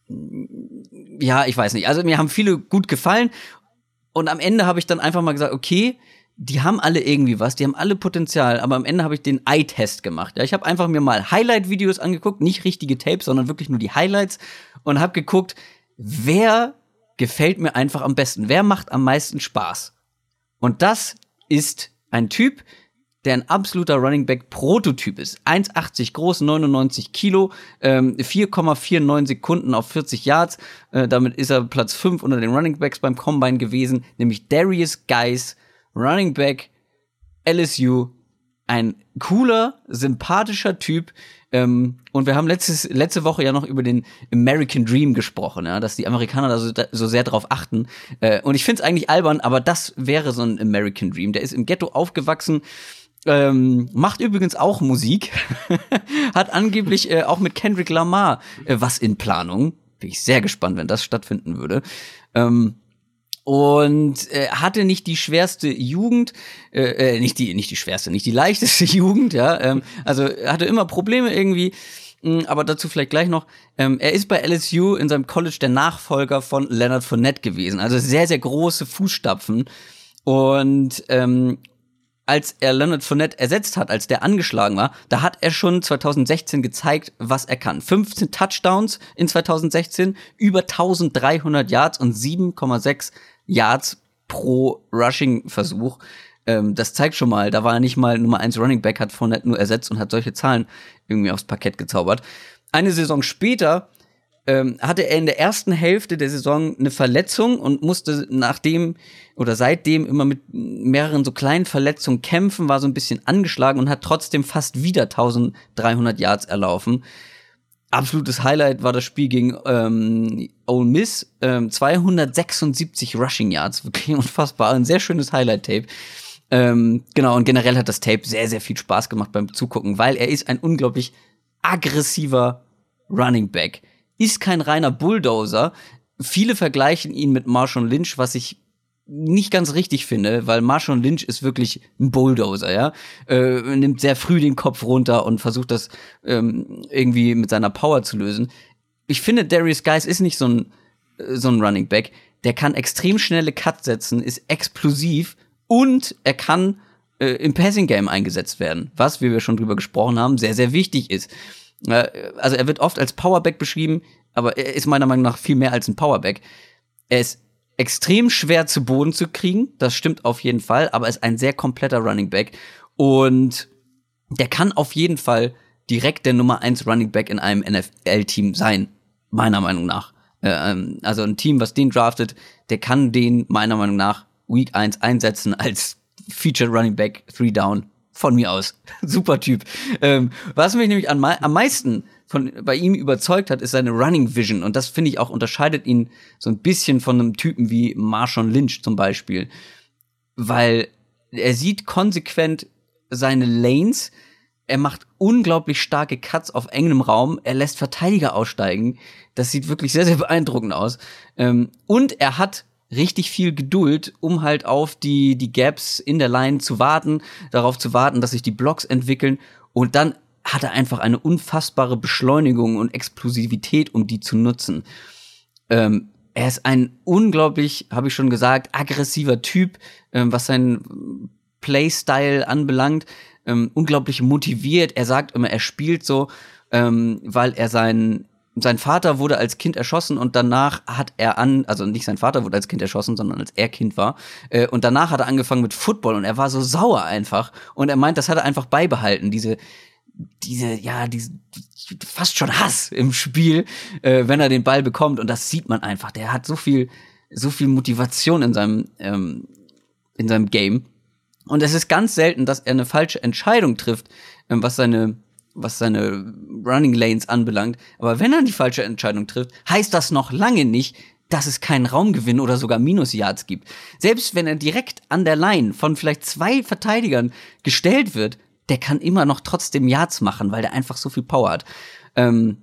ja, ich weiß nicht, also mir haben viele gut gefallen, und am Ende habe ich dann einfach mal gesagt, okay, die haben alle irgendwie was, die haben alle Potenzial, aber am Ende habe ich den Eye-Test gemacht. Ja, ich habe einfach mir mal Highlight-Videos angeguckt, nicht richtige Tapes, sondern wirklich nur die Highlights, und habe geguckt, wer gefällt mir einfach am besten, wer macht am meisten Spaß. Und das ist ein Typ, der ein absoluter Running Back Prototyp ist. eins Komma achtzig groß, neunundneunzig Kilo, ähm, vier Komma neunundvierzig Sekunden auf vierzig Yards. Äh, damit ist er Platz fünf unter den Running Backs beim Combine gewesen, nämlich Darius Guice, Running Back, L S U. Ein cooler, sympathischer Typ. Ähm, und wir haben letztes, letzte Woche ja noch über den American Dream gesprochen, ja, dass die Amerikaner da so, da so sehr drauf achten. Äh, und ich find's eigentlich albern, aber das wäre so ein American Dream. Der ist im Ghetto aufgewachsen, ähm, macht übrigens auch Musik, hat angeblich äh, auch mit Kendrick Lamar äh, was in Planung. Bin ich sehr gespannt, wenn das stattfinden würde. Ähm, Und äh, hatte nicht die schwerste Jugend, äh, nicht die nicht die schwerste, nicht die leichteste Jugend, ja. Ähm, also hatte immer Probleme irgendwie, mh, aber dazu vielleicht gleich noch. Ähm, er ist bei L S U in seinem College der Nachfolger von Leonard Fournette gewesen, also sehr sehr große Fußstapfen. Und ähm, als er Leonard Fournette ersetzt hat, als der angeschlagen war, da hat er schon zwanzig sechzehn gezeigt, was er kann. fünfzehn Touchdowns in zwanzig sechzehn, über dreizehnhundert Yards und sieben Komma sechs Yards pro Rushing-Versuch. Ähm, das zeigt schon mal, da war er nicht mal Nummer eins Running Back, hat Fournette nur ersetzt und hat solche Zahlen irgendwie aufs Parkett gezaubert. Eine Saison später ähm, hatte er in der ersten Hälfte der Saison eine Verletzung und musste nachdem oder seitdem immer mit mehreren so kleinen Verletzungen kämpfen, war so ein bisschen angeschlagen und hat trotzdem fast wieder dreizehnhundert Yards erlaufen. Absolutes Highlight war das Spiel gegen ähm, Ole Miss, ähm, zweihundertsechsundsiebzig Rushing Yards, wirklich unfassbar, ein sehr schönes Highlight-Tape. Ähm, genau, und generell hat das Tape sehr, sehr viel Spaß gemacht beim Zugucken, weil er ist ein unglaublich aggressiver Running Back. Ist kein reiner Bulldozer. Viele vergleichen ihn mit Marshawn Lynch, was ich nicht ganz richtig finde, weil Marshawn Lynch ist wirklich ein Bulldozer, ja. Äh, nimmt sehr früh den Kopf runter und versucht das ähm, irgendwie mit seiner Power zu lösen. Ich finde, Darius Guice ist nicht so ein, so ein Running Back. Der kann extrem schnelle Cuts setzen, ist explosiv und er kann äh, im Passing Game eingesetzt werden, was, wie wir schon drüber gesprochen haben, sehr, sehr wichtig ist. Also er wird oft als Powerback beschrieben, aber er ist meiner Meinung nach viel mehr als ein Powerback. Er ist extrem schwer zu Boden zu kriegen, das stimmt auf jeden Fall, aber er ist ein sehr kompletter Running Back und der kann auf jeden Fall direkt der Nummer eins Running Back in einem N F L-Team sein, meiner Meinung nach. Also ein Team, was den draftet, der kann den meiner Meinung nach Week eins einsetzen als Featured Running Back, Three Down. Von mir aus. Super Typ. Ähm, was mich nämlich an me- am meisten von, bei ihm überzeugt hat, ist seine Running Vision. Und das, finde ich, auch unterscheidet ihn so ein bisschen von einem Typen wie Marshawn Lynch zum Beispiel. Weil er sieht konsequent seine Lanes, er macht unglaublich starke Cuts auf engem Raum. Er lässt Verteidiger aussteigen. Das sieht wirklich sehr, sehr beeindruckend aus. Ähm, und er hat richtig viel Geduld, um halt auf die, die Gaps in der Line zu warten, darauf zu warten, dass sich die Blocks entwickeln. Und dann hat er einfach eine unfassbare Beschleunigung und Explosivität, um die zu nutzen. Ähm, er ist ein unglaublich, habe ich schon gesagt, aggressiver Typ, ähm, was seinen Playstyle anbelangt. Ähm, unglaublich motiviert. Er sagt immer, er spielt so, ähm, weil er sein sein Vater wurde als Kind erschossen und danach hat er an, also nicht sein Vater wurde als Kind erschossen, sondern als er Kind war. Äh, und danach hat er angefangen mit Football und er war so sauer einfach. Und er meint, das hat er einfach beibehalten, diese diese ja diese fast schon Hass im Spiel, äh, wenn er den Ball bekommt. Und das sieht man einfach. Der hat so viel so viel Motivation in seinem ähm, in seinem Game. Und es ist ganz selten, dass er eine falsche Entscheidung trifft, ähm, was seine was seine Running Lanes anbelangt. Aber wenn er die falsche Entscheidung trifft, heißt das noch lange nicht, dass es keinen Raumgewinn oder sogar Minus-Yards gibt. Selbst wenn er direkt an der Line von vielleicht zwei Verteidigern gestellt wird, der kann immer noch trotzdem Yards machen, weil der einfach so viel Power hat. Ähm,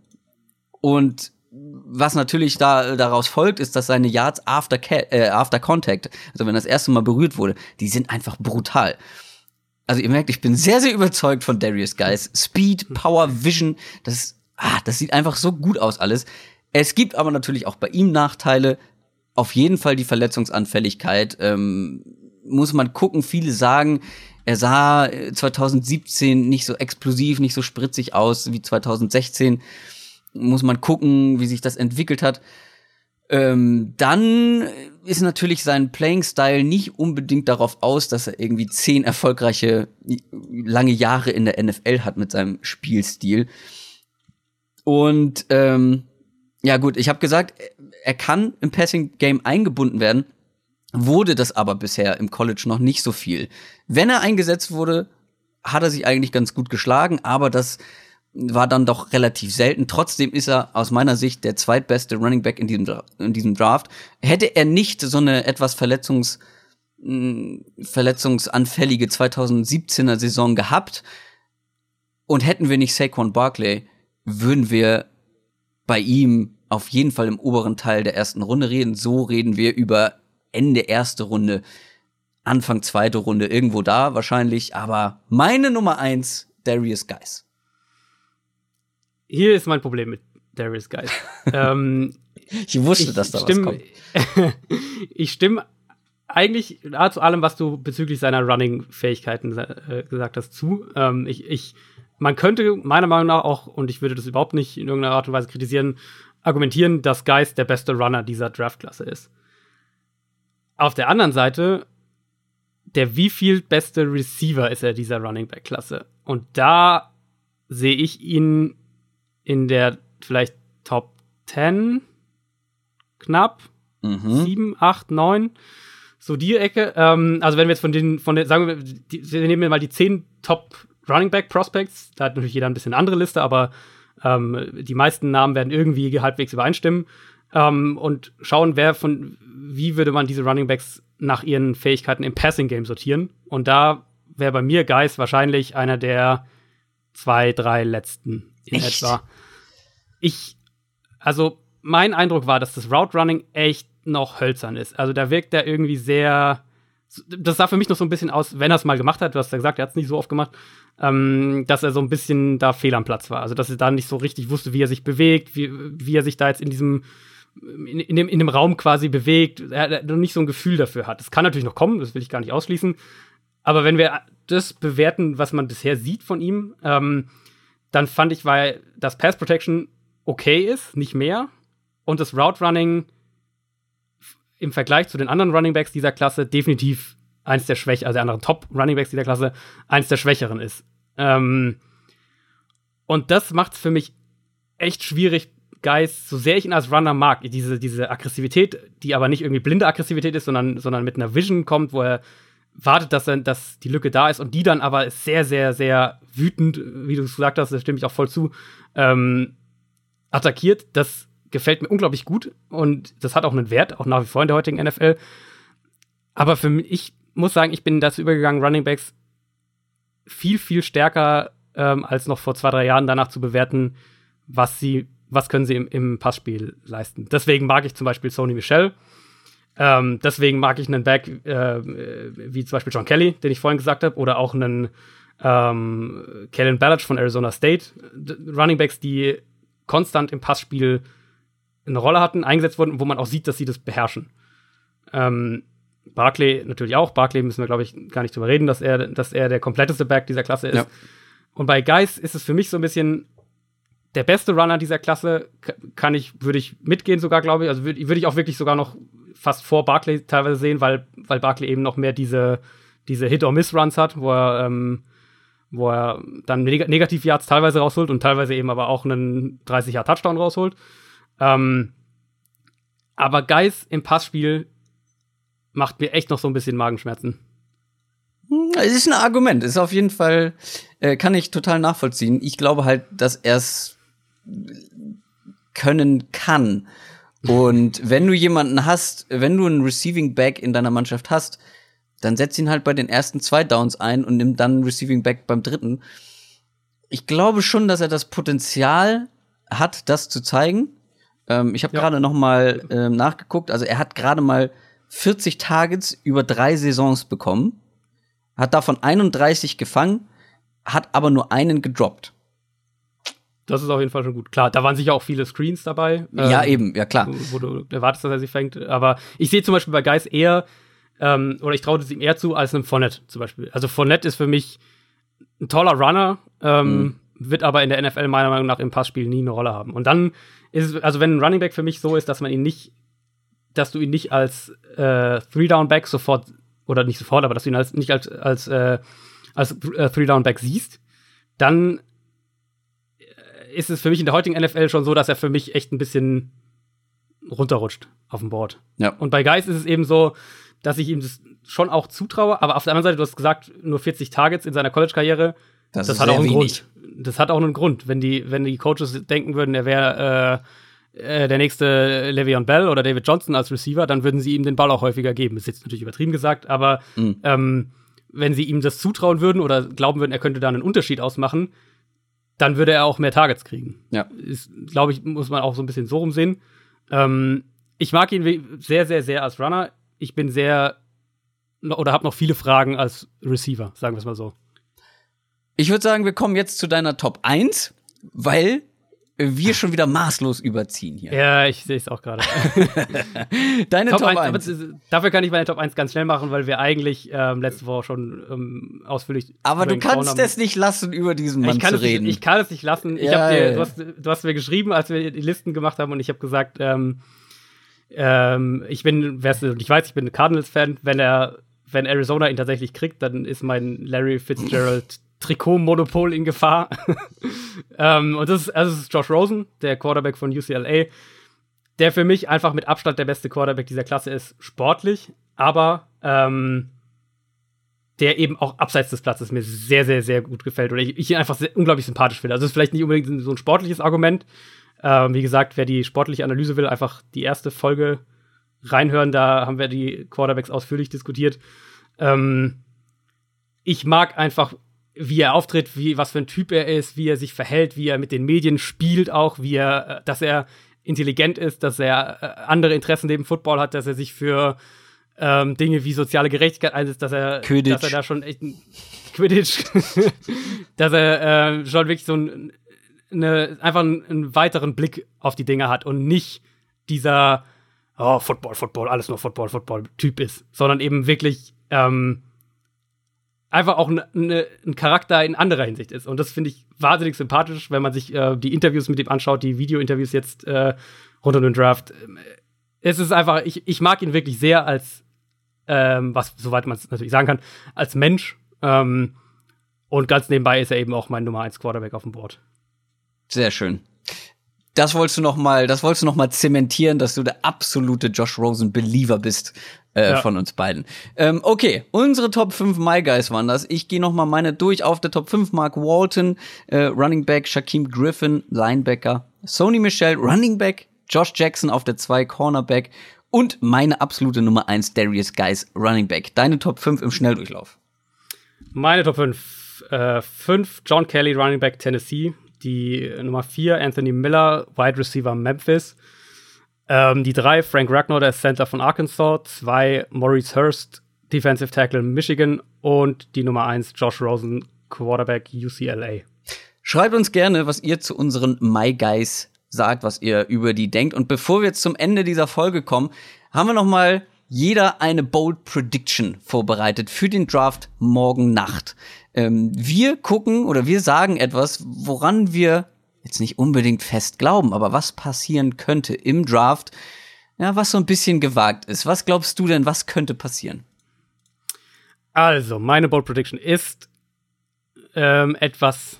und was natürlich da daraus folgt, ist, dass seine Yards after, äh, after Contact, also wenn das erste Mal berührt wurde, die sind einfach brutal. Also ihr merkt, ich bin sehr, sehr überzeugt von Derrius Guice. Speed, Power, Vision, das, ah, das sieht einfach so gut aus alles. Es gibt aber natürlich auch bei ihm Nachteile. Auf jeden Fall die Verletzungsanfälligkeit. Ähm, muss man gucken, viele sagen, er sah zwanzig siebzehn nicht so explosiv, nicht so spritzig aus wie zwanzig sechzehn. Muss man gucken, wie sich das entwickelt hat. Ähm, dann ist natürlich sein Playing-Style nicht unbedingt darauf aus, dass er irgendwie zehn erfolgreiche, lange Jahre in der N F L hat mit seinem Spielstil. Und ähm, ja gut, ich habe gesagt, er kann im Passing-Game eingebunden werden, wurde das aber bisher im College noch nicht so viel. Wenn er eingesetzt wurde, hat er sich eigentlich ganz gut geschlagen, aber das war dann doch relativ selten. Trotzdem ist er aus meiner Sicht der zweitbeste Running Back in diesem, in diesem Draft. Hätte er nicht so eine etwas Verletzungs, mh, verletzungsanfällige zwanzig siebzehner Saison gehabt und hätten wir nicht Saquon Barkley, würden wir bei ihm auf jeden Fall im oberen Teil der ersten Runde reden. So reden wir über Ende erste Runde, Anfang zweite Runde, irgendwo da wahrscheinlich. Aber meine Nummer eins, Derrius Guice. Hier ist mein Problem mit Derrius Guice. ähm, ich wusste, ich dass da stimm, was kommt. Ich stimme eigentlich zu allem, was du bezüglich seiner Running-Fähigkeiten äh, gesagt hast, zu. Ähm, ich, ich, man könnte meiner Meinung nach auch, und ich würde das überhaupt nicht in irgendeiner Art und Weise kritisieren, argumentieren, dass Guice der beste Runner dieser Draftklasse ist. Auf der anderen Seite, der wieviel beste Receiver ist er dieser Running-Back-Klasse? Und da sehe ich ihn in der vielleicht Top zehn, knapp, mhm. sieben, acht, neun, so die Ecke. Ähm, also wenn wir jetzt von den, von den, sagen wir, die, wir nehmen mal die zehn Top Running Back Prospects, da hat natürlich jeder ein bisschen eine andere Liste, aber ähm, die meisten Namen werden irgendwie halbwegs übereinstimmen ähm, und schauen, wer von, wie würde man diese Running Backs nach ihren Fähigkeiten im Passing Game sortieren. Und da wäre bei mir Guice wahrscheinlich einer der zwei, drei letzten in echt? etwa. Ich, also mein Eindruck war, dass das Route Running echt noch hölzern ist. Also da wirkt er irgendwie sehr, das sah für mich noch so ein bisschen aus, wenn er es mal gemacht hat, du hast ja gesagt, er hat es nicht so oft gemacht, ähm, dass er so ein bisschen da fehl am Platz war. Also dass er da nicht so richtig wusste, wie er sich bewegt, wie, wie er sich da jetzt in diesem in, in, dem, in dem Raum quasi bewegt, er noch nicht so ein Gefühl dafür hat. Das kann natürlich noch kommen, das will ich gar nicht ausschließen. Aber wenn wir das bewerten, was man bisher sieht von ihm, ähm, dann fand ich, weil das Pass Protection okay ist, nicht mehr. Und das Route Running im Vergleich zu den anderen Running Backs dieser Klasse definitiv eins der Schwächeren, also der anderen Top Running Backs dieser Klasse, eins der Schwächeren ist. Ähm, und das macht es für mich echt schwierig, Guice, so sehr ich ihn als Runner mag, diese, diese Aggressivität, die aber nicht irgendwie blinde Aggressivität ist, sondern, sondern mit einer Vision kommt, wo er wartet, dass, er, dass die Lücke da ist und die dann aber sehr, sehr, sehr wütend, wie du es gesagt hast, da stimme ich auch voll zu, ähm, attackiert. Das gefällt mir unglaublich gut und das hat auch einen Wert, auch nach wie vor in der heutigen N F L. Aber für mich, ich muss sagen, ich bin dazu übergegangen, Runningbacks viel, viel stärker ähm, als noch vor zwei, drei Jahren danach zu bewerten, was sie, was können sie im, im Passspiel leisten. Deswegen mag ich zum Beispiel Sony Michel. Ähm, deswegen mag ich einen Back äh, wie zum Beispiel John Kelly, den ich vorhin gesagt habe, oder auch einen ähm, Kalen Ballage von Arizona State. Running Backs, die konstant im Passspiel eine Rolle hatten, eingesetzt wurden, wo man auch sieht, dass sie das beherrschen. Ähm, Barkley natürlich auch. Barkley müssen wir, glaube ich, gar nicht drüber reden, dass er, dass er der kompletteste Back dieser Klasse ist. Ja. Und bei Guys ist es für mich so ein bisschen der beste Runner dieser Klasse. Kann ich, würde ich mitgehen sogar, glaube ich. Also würde würd ich auch wirklich sogar noch fast vor Barkley teilweise sehen, weil, weil Barkley eben noch mehr diese, diese Hit-or-Miss-Runs hat, wo er, ähm, wo er dann Neg- Negativ-Yards teilweise rausholt und teilweise eben aber auch einen dreißig-Yard-Touchdown rausholt. Ähm, aber Guys im Passspiel macht mir echt noch so ein bisschen Magenschmerzen. Es ist ein Argument. Ist auf jeden Fall, äh, kann ich total nachvollziehen. Ich glaube halt, dass er es können kann. Und wenn du jemanden hast, wenn du einen Receiving Back in deiner Mannschaft hast, dann setz ihn halt bei den ersten zwei Downs ein und nimm dann einen Receiving Back beim dritten. Ich glaube schon, dass er das Potenzial hat, das zu zeigen. Ähm, ich habe ja. gerade noch mal ähm, nachgeguckt. Also er hat gerade mal vierzig Targets über drei Saisons bekommen, hat davon einunddreißig gefangen, hat aber nur einen gedroppt. Das ist auf jeden Fall schon gut. Klar, da waren sicher auch viele Screens dabei. Ja, ähm, eben, ja klar. Wo, wo du erwartest, dass er sie fängt. Aber ich sehe zum Beispiel bei Guys eher, ähm, oder ich traue es ihm eher zu, als einem Fournette zum Beispiel. Also Fournette ist für mich ein toller Runner, ähm, mhm. wird aber in der N F L meiner Meinung nach im Passspiel nie eine Rolle haben. Und dann ist es, also wenn ein Running Back für mich so ist, dass man ihn nicht dass du ihn nicht als äh, Three-Down-Back sofort, oder nicht sofort, aber dass du ihn als, nicht als, als, äh, als äh, Three-Down-Back siehst, dann ist es für mich in der heutigen N F L schon so, dass er für mich echt ein bisschen runterrutscht auf dem Board. Ja. Und bei Guys ist es eben so, dass ich ihm das schon auch zutraue, aber auf der anderen Seite, du hast gesagt, nur vierzig Targets in seiner College-Karriere, das, das hat auch einen wenig. Grund. Das hat auch einen Grund. Wenn die, wenn die Coaches denken würden, er wäre äh, der nächste Le'Veon Bell oder David Johnson als Receiver, dann würden sie ihm den Ball auch häufiger geben. Das ist jetzt natürlich übertrieben gesagt, aber mhm. ähm, wenn sie ihm das zutrauen würden oder glauben würden, er könnte da einen Unterschied ausmachen, dann würde er auch mehr Targets kriegen. Ja. Ist, glaube ich, muss man auch so ein bisschen so rumsehen. Ähm, ich mag ihn sehr, sehr, sehr als Runner. Ich bin sehr oder habe noch viele Fragen als Receiver, sagen wir es mal so. Ich würde sagen, wir kommen jetzt zu deiner Top eins, weil wir schon wieder maßlos überziehen hier. Ja, ich sehe es auch gerade. Deine Top, Top eins. eins. Dafür kann ich meine Top eins ganz schnell machen, weil wir eigentlich ähm, letzte Woche schon ähm, ausführlich Aber du kannst es nicht lassen, über diesen Mann zu reden. Nicht, ich kann es nicht lassen. Ich ja, hab dir, ja. du, hast, du hast mir geschrieben, als wir die Listen gemacht haben, und ich habe gesagt, ähm, ähm, ich bin, wer es nicht weiß, ich bin ein Cardinals-Fan. Wenn er, wenn Arizona ihn tatsächlich kriegt, dann ist mein Larry Fitzgerald Trikot-Monopol in Gefahr. ähm, und das ist, also das ist Josh Rosen, der Quarterback von U C L A, der für mich einfach mit Abstand der beste Quarterback dieser Klasse ist, sportlich, aber ähm, der eben auch abseits des Platzes mir sehr, sehr, sehr gut gefällt oder ich, ich ihn einfach sehr, unglaublich sympathisch finde. Also das ist vielleicht nicht unbedingt so ein sportliches Argument. Ähm, wie gesagt, wer die sportliche Analyse will, einfach die erste Folge reinhören, da haben wir die Quarterbacks ausführlich diskutiert. Ähm, ich mag einfach, wie er auftritt, wie, was für ein Typ er ist, wie er sich verhält, wie er mit den Medien spielt auch, wie er, dass er intelligent ist, dass er andere Interessen neben Football hat, dass er sich für ähm, Dinge wie soziale Gerechtigkeit einsetzt, dass er, Quidditch. dass er da schon echt ein Quidditch, dass er äh, schon wirklich so ein, eine, einfach einen, einen weiteren Blick auf die Dinge hat und nicht dieser oh, Football, Football, alles nur Football, Football-Typ ist, sondern eben wirklich ähm, einfach auch ne, ne, ein Charakter in anderer Hinsicht ist. Und das finde ich wahnsinnig sympathisch, wenn man sich äh, die Interviews mit ihm anschaut, die Video-Interviews jetzt äh, rund um den Draft. Es ist einfach, ich, ich mag ihn wirklich sehr als, ähm, was, soweit man es natürlich sagen kann, als Mensch. Ähm, und ganz nebenbei ist er eben auch mein Nummer eins Quarterback auf dem Board. Sehr schön. Das wolltest du noch mal, das wolltest du noch mal zementieren, dass du der absolute Josh Rosen-Believer bist äh, ja. von uns beiden. Ähm, okay, unsere Top fünf My Guys waren das. Ich gehe noch mal meine durch. Auf der Top fünf Mark Walton, äh, Running Back, Shaquem Griffin, Linebacker, Sony Michel, Running Back, Josh Jackson auf der zwei, Cornerback und meine absolute Nummer eins, Darius Guice, Running Back. Deine Top fünf im Schnelldurchlauf. Meine Top fünf. äh, fünf John Kelly, Running Back Tennessee. Die Nummer vier Anthony Miller, Wide Receiver Memphis. Ähm, die drei Frank Ragnow, der Center von Arkansas. Zwei Maurice Hurst, Defensive Tackle Michigan. Und die Nummer eins Josh Rosen, Quarterback U C L A. Schreibt uns gerne, was ihr zu unseren My Guys sagt, was ihr über die denkt. Und bevor wir jetzt zum Ende dieser Folge kommen, haben wir noch mal jeder eine Bold Prediction vorbereitet für den Draft morgen Nacht. Ähm, wir gucken oder wir sagen etwas, woran wir jetzt nicht unbedingt fest glauben, aber was passieren könnte im Draft, ja, was so ein bisschen gewagt ist. Was glaubst du denn, was könnte passieren? Also, meine Bold Prediction ist ähm, etwas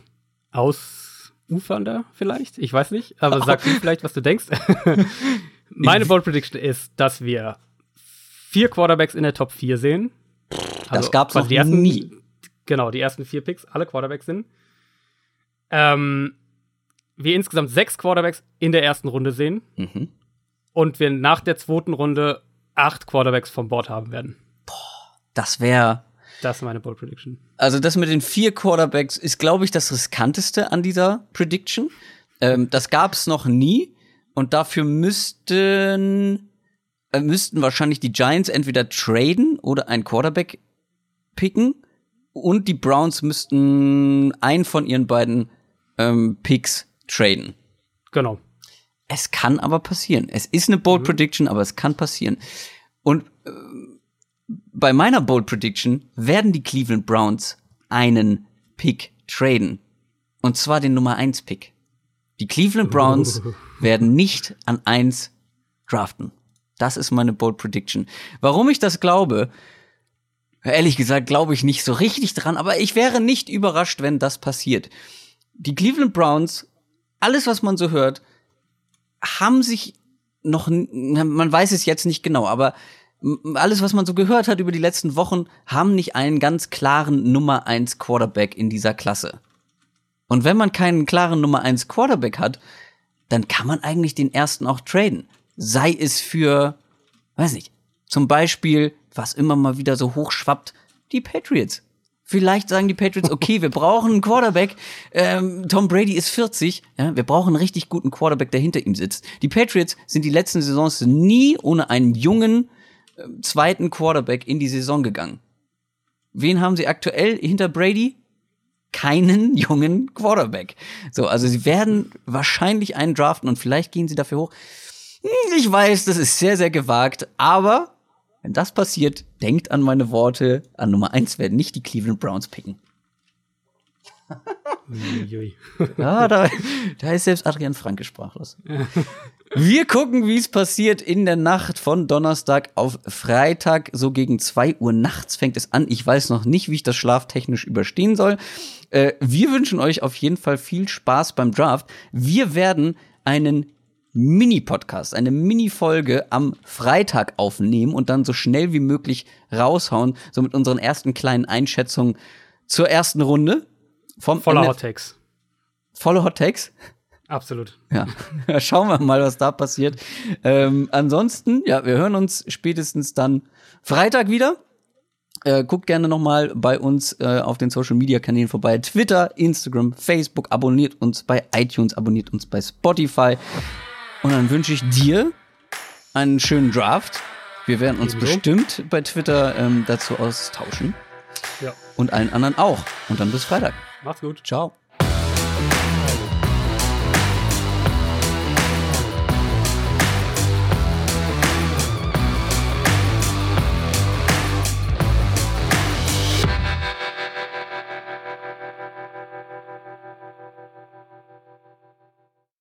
ausufernder vielleicht, ich weiß nicht, aber sag du vielleicht, was du denkst. Meine Bold Prediction ist, dass wir vier Quarterbacks in der Top vier sehen. Also, das gab's noch die ersten, nie. Genau, die ersten vier Picks, alle Quarterbacks sind. Ähm, wir insgesamt sechs Quarterbacks in der ersten Runde sehen. Mhm. Und wir nach der zweiten Runde acht Quarterbacks vom Board haben werden. Boah, das wäre Das ist meine Bold Prediction. Also das mit den vier Quarterbacks ist, glaube ich, das riskanteste an dieser Prediction. Ähm, das gab es noch nie. Und dafür müssten, äh, müssten wahrscheinlich die Giants entweder traden oder einen Quarterback picken. Und die Browns müssten einen von ihren beiden ähm, Picks traden. Genau. Es kann aber passieren. Es ist eine Bold mhm. Prediction, aber es kann passieren. Und äh, bei meiner Bold Prediction werden die Cleveland Browns einen Pick traden. Und zwar den Nummer eins Pick. Die Cleveland Browns uh. werden nicht an eins draften. Das ist meine Bold Prediction. Warum ich das glaube, ehrlich gesagt, glaube ich nicht so richtig dran, aber ich wäre nicht überrascht, wenn das passiert. Die Cleveland Browns, alles, was man so hört, haben sich noch, man weiß es jetzt nicht genau, aber alles, was man so gehört hat über die letzten Wochen, haben nicht einen ganz klaren Nummer eins Quarterback in dieser Klasse. Und wenn man keinen klaren Nummer eins Quarterback hat, dann kann man eigentlich den ersten auch traden. Sei es für, weiß nicht, zum Beispiel, was immer mal wieder so hochschwappt, die Patriots. Vielleicht sagen die Patriots, okay, wir brauchen einen Quarterback. Ähm, Tom Brady ist vierzig. Ja, wir brauchen einen richtig guten Quarterback, der hinter ihm sitzt. Die Patriots sind die letzten Saisons nie ohne einen jungen äh, zweiten Quarterback in die Saison gegangen. Wen haben sie aktuell hinter Brady? Keinen jungen Quarterback. So, also sie werden wahrscheinlich einen draften und vielleicht gehen sie dafür hoch. Ich weiß, das ist sehr, sehr gewagt, aber wenn das passiert, denkt an meine Worte. An Nummer eins werden nicht die Cleveland Browns picken. Ja, da, da ist selbst Adrian Franke sprachlos. Wir gucken, wie es passiert in der Nacht von Donnerstag auf Freitag. So gegen zwei Uhr nachts fängt es an. Ich weiß noch nicht, wie ich das schlaftechnisch überstehen soll. Äh, wir wünschen euch auf jeden Fall viel Spaß beim Draft. Wir werden einen Mini-Podcast, eine Mini-Folge am Freitag aufnehmen und dann so schnell wie möglich raushauen, so mit unseren ersten kleinen Einschätzungen zur ersten Runde. Vom Voller Hot Takes. Volle Hot Takes? Absolut. Ja, schauen wir mal, was da passiert. Ähm, ansonsten, ja, wir hören uns spätestens dann Freitag wieder. Äh, guckt gerne noch mal bei uns äh, auf den Social-Media-Kanälen vorbei. Twitter, Instagram, Facebook. Abonniert uns bei iTunes, abonniert uns bei Spotify. Und dann wünsche ich dir einen schönen Draft. Wir werden uns Ebenso. bestimmt bei Twitter ähm, dazu austauschen. Ja. Und allen anderen auch. Und dann bis Freitag. Macht's gut. Ciao.